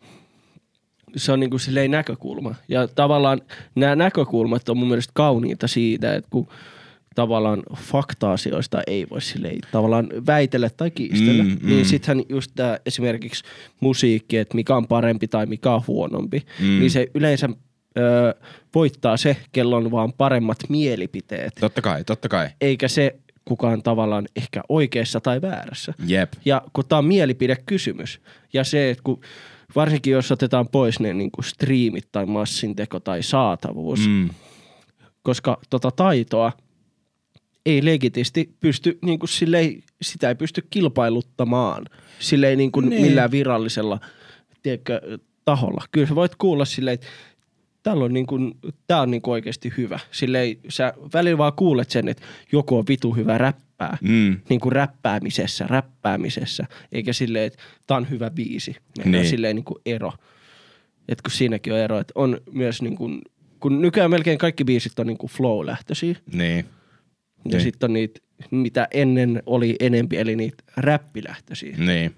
se on niinku silleen näkökulma. Ja tavallaan nämä näkökulmat on mun mielestä kauniita siitä, että kun tavallaan fakta-asioista ei voi silleen tavallaan väitellä tai kiistellä, niin sittenhän just tää esimerkiksi musiikki, että mikä on parempi tai mikä on huonompi, niin se yleensä voittaa se, kello on vaan paremmat mielipiteet. Totta kai. Eikä se kukaan tavallaan ehkä oikeassa tai väärässä. Jep. Ja kun tää on mielipidekysymys ja se, että kun varsinkin jos otetaan pois ne niin kuin striimit tai massinteko tai saatavuus, koska taitoa ei legitisti pysty, niin kuin silleen, sitä ei pysty kilpailuttamaan silleen niin kuin millään virallisella tiedätkö, taholla. Kyllä sä voit kuulla silleen, että tää on niin kuin oikeasti hyvä. Silleen sä välillä vaan kuulet sen, että joku on vitu hyvä räppää. Niin kuin räppäämisessä. Eikä silleen, että tää on hyvä biisi. Meillä on silleen niin kuin ero. Että kun siinäkin on ero, että on myös niin kuin, kun nykyään melkein kaikki biisit on niin kuin flow-lähtöisiä. Niin. Ja sitten on niitä, mitä ennen oli enempi, eli niitä räppilähtöisiä.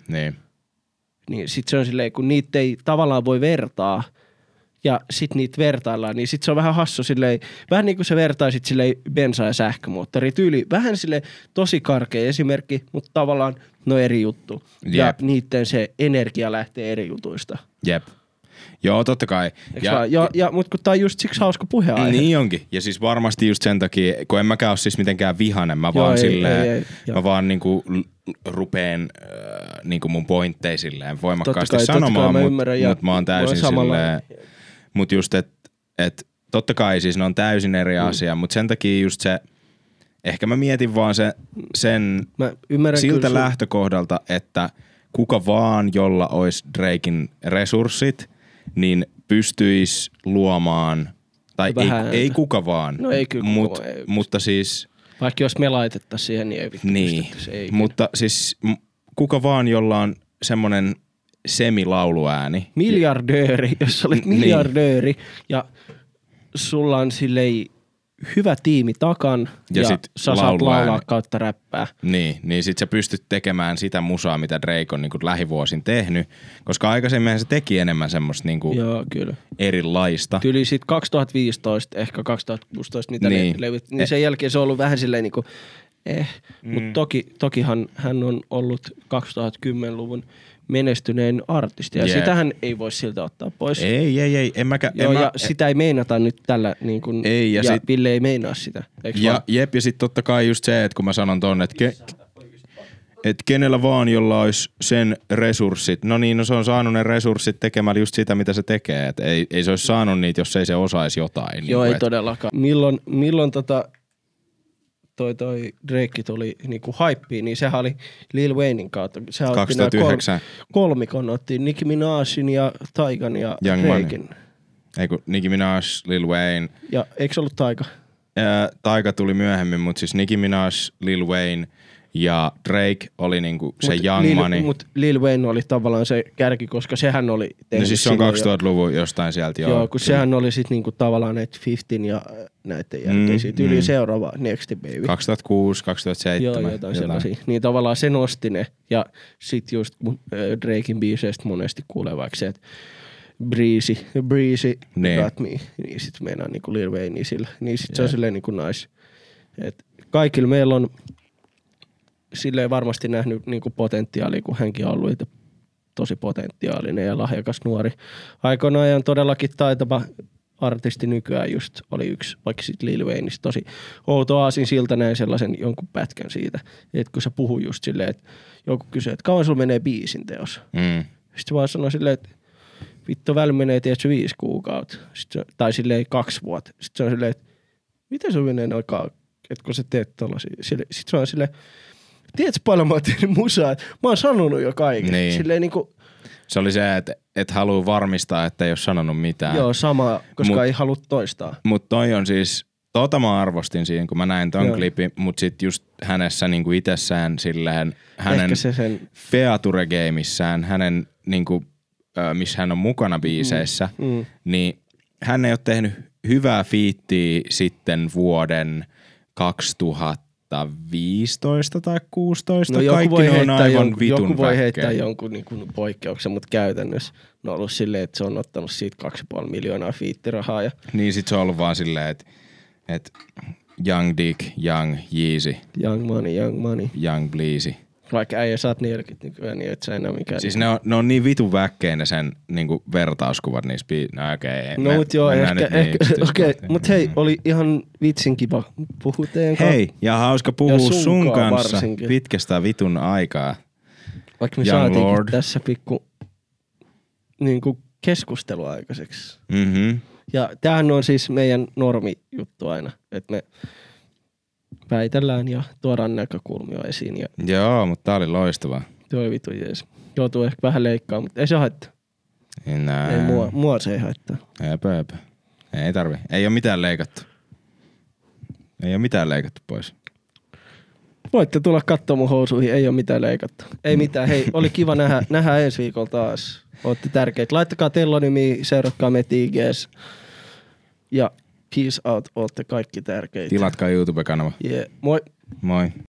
Niin sit se on silleen, kun niitä ei tavallaan voi vertaa, ja sit niitä vertaillaan, niin sit se on vähän hassu silleen, vähän niin kuin sä vertaisit silleen bensa- ja sähkömoottori tyyli. Vähän silleen tosi karkea esimerkki, mutta tavallaan no eri juttu. Jep. Ja niitten se energia lähtee eri jutuista. Jep. Joo, totta kai. Mutta kun tää on just siksi hauska puheenaihe. Niin onkin. Ja siis varmasti just sen takia, kun en mäkään ole siis mitenkään vihainen, mä vaan mä vaan niinku rupeen niinku mun pointteja silleen voimakkaasti sanomaan, mutta mä oon täysin silleen. Mut just, että totta kai siis ne on täysin eri asia, mutta sen takia just se, ehkä mä mietin vaan sen siltä lähtökohdalta, että kuka vaan, jolla olisi Draken resurssit, niin pystyisi luomaan, tai ei kuka vaan, no ei kyllä mutta siis... Vaikka jos me laitettaisiin siihen, niin ei vittu pystyttäisi. Mutta siis kuka vaan, jolla on semmoinen semilauluääni. Miljardööri, jos olet miljardööri ja sulla on silleen hyvä tiimi takan ja sä saat laulaa kautta räppää. Niin sit sä pystyt tekemään sitä musaa, mitä Drake on niinku lähivuosin tehnyt, koska aikaisemmin se teki enemmän semmoista niinku erilaista. Kyllä sit 2015, ehkä 2016 niitä ne levyt, niin sen jälkeen se on ollut vähän silleen niinku mutta tokihan hän on ollut 2010-luvun menestyneen artisti ja sitähän ei voi siltä ottaa pois. Ei. Sitä ei meinata nyt tällä niin kuin, ja Ville ei meinaa sitä. Ja sit totta kai just se, että kun mä sanon ton, että kenellä vaan, jolla olisi sen resurssit, no se on saanut ne resurssit tekemällä just sitä, mitä se tekee. Et ei se olisi saanut niitä, jos ei se osaisi jotain. Joo, ei todellakaan. Milloin toi Drake tuli niinku hypeen, niin sehän oli Lil Waynein kautta. 2009. Kolmikon otti Nicki Minajin ja Taigan ja Draken. Eiku Nicki Minaj, Lil Wayne. Ja eikö se ollut Taiga? Taiga tuli myöhemmin, mutta siis Nicki Minaj, Lil Wayne ja Drake oli niinku se Young Money. Mutta Lil Wayne oli tavallaan se kärki, koska sehän oli tehnyt. No siis se on 2000-luvun jostain sieltä joo. Joo, kun sehän oli sit niinku tavallaan näitä 15 ja näiden jälkeen siitä yli seuraava Next Baby. 2006, 2007. Joo, jotain sellaisia. Niin tavallaan se nosti ne. Ja sit just Draken biiseistä monesti kuulee vaikka se, että Breezy got me. Niin sit meinaa niinku Lil Wayne sillä. Niin sit se on silleen niinku nice. Et kaikilla meillä on silleen varmasti nähnyt niinku potentiaalia, kun hänkin on ollut tosi potentiaalinen ja lahjakas nuori. Aikoinaan todellakin taitava artisti, nykyään just oli yksi, vaikka sitten Lil Wayneista tosi outo aasinsilta, näin sellaisen jonkun pätkän siitä, että kun sä puhuu just silleen, että joku kysyy, että kauan sulla menee biisin teos. Sitten vaan sanoi silleen, että vittu väli menee tietysti 5 kuukautta, tai silleen 2 vuotta. Sitten se on silleen, että miten sulla menee noin että kun sä teet tollasia. Sitten se on silleen, tiedätkö paljon mä oon tehnyt musaa, että mä oon sanonut jo kaiken. Niin. Silleen niinku, se oli se, että et haluu varmistaa, että ei ole sanonut mitään. joo, sama, koska ei halua toistaa. Mutta toi on siis, mä arvostin siinä, kun mä näin ton klipin, mutta sit just hänessä niinku itsessään silleen, hänen feature-gameissään, hänen niinku, missä hän on mukana biiseissä, niin hän ei ole tehnyt hyvää fiittiä sitten vuoden 2015 tai 2016. No, kaikki ne on aivan vitun joku voi heittää väkkejä. jonkun niin kuin poikkeuksen, mutta käytännössä ne on ollut silleen, että se on ottanut siitä 2,5 miljoonaa fiittirahaa. Ja niin sit se on ollut vaan silleen, että Young Dick, Young Yeezy. Young money. Young Bleezy. Vaikka äijä saat 40 nykyään, niin et sä enää mikään. Siis ne on niin vitun väkkejä ne sen niinku vertauskuvat niissä no okei. No mut joo, ehkä okei. Mut hei, oli ihan vitsin kiva puhua teidän kanssa. Hei, ja hauska puhua sun kanssa varsinkin. pitkästä vitun aikaa. Vaikka me Young saatiinkin Lord. tässä pikku niinku keskustelua aikaiseksi. Mhm. Ja tämähän on siis meidän normijuttu aina, että me väitellään ja tuodaan näkökulmia esiin. Ja Joo, mutta tää oli loistavaa. toi vitu jees. Joutuu ehkä vähän leikkaa, mutta ei se haittaa. Ei mua se ei haittaa. Epä. Ei tarvi. Ei oo mitään leikattu. Ei oo mitään leikattu pois. Voitte tulla katsomaan mun housuihin, ei oo mitään leikattu. Ei mitään, hei, oli kiva nähdä ensi viikolla taas. Ootte tärkeitä. Laittakaa telonimiä, seuratkaa meitä IGs. Ja peace out, ootte kaikki tärkeitä. Tilatkaa YouTube-kanava. Yeah. Moi. Moi.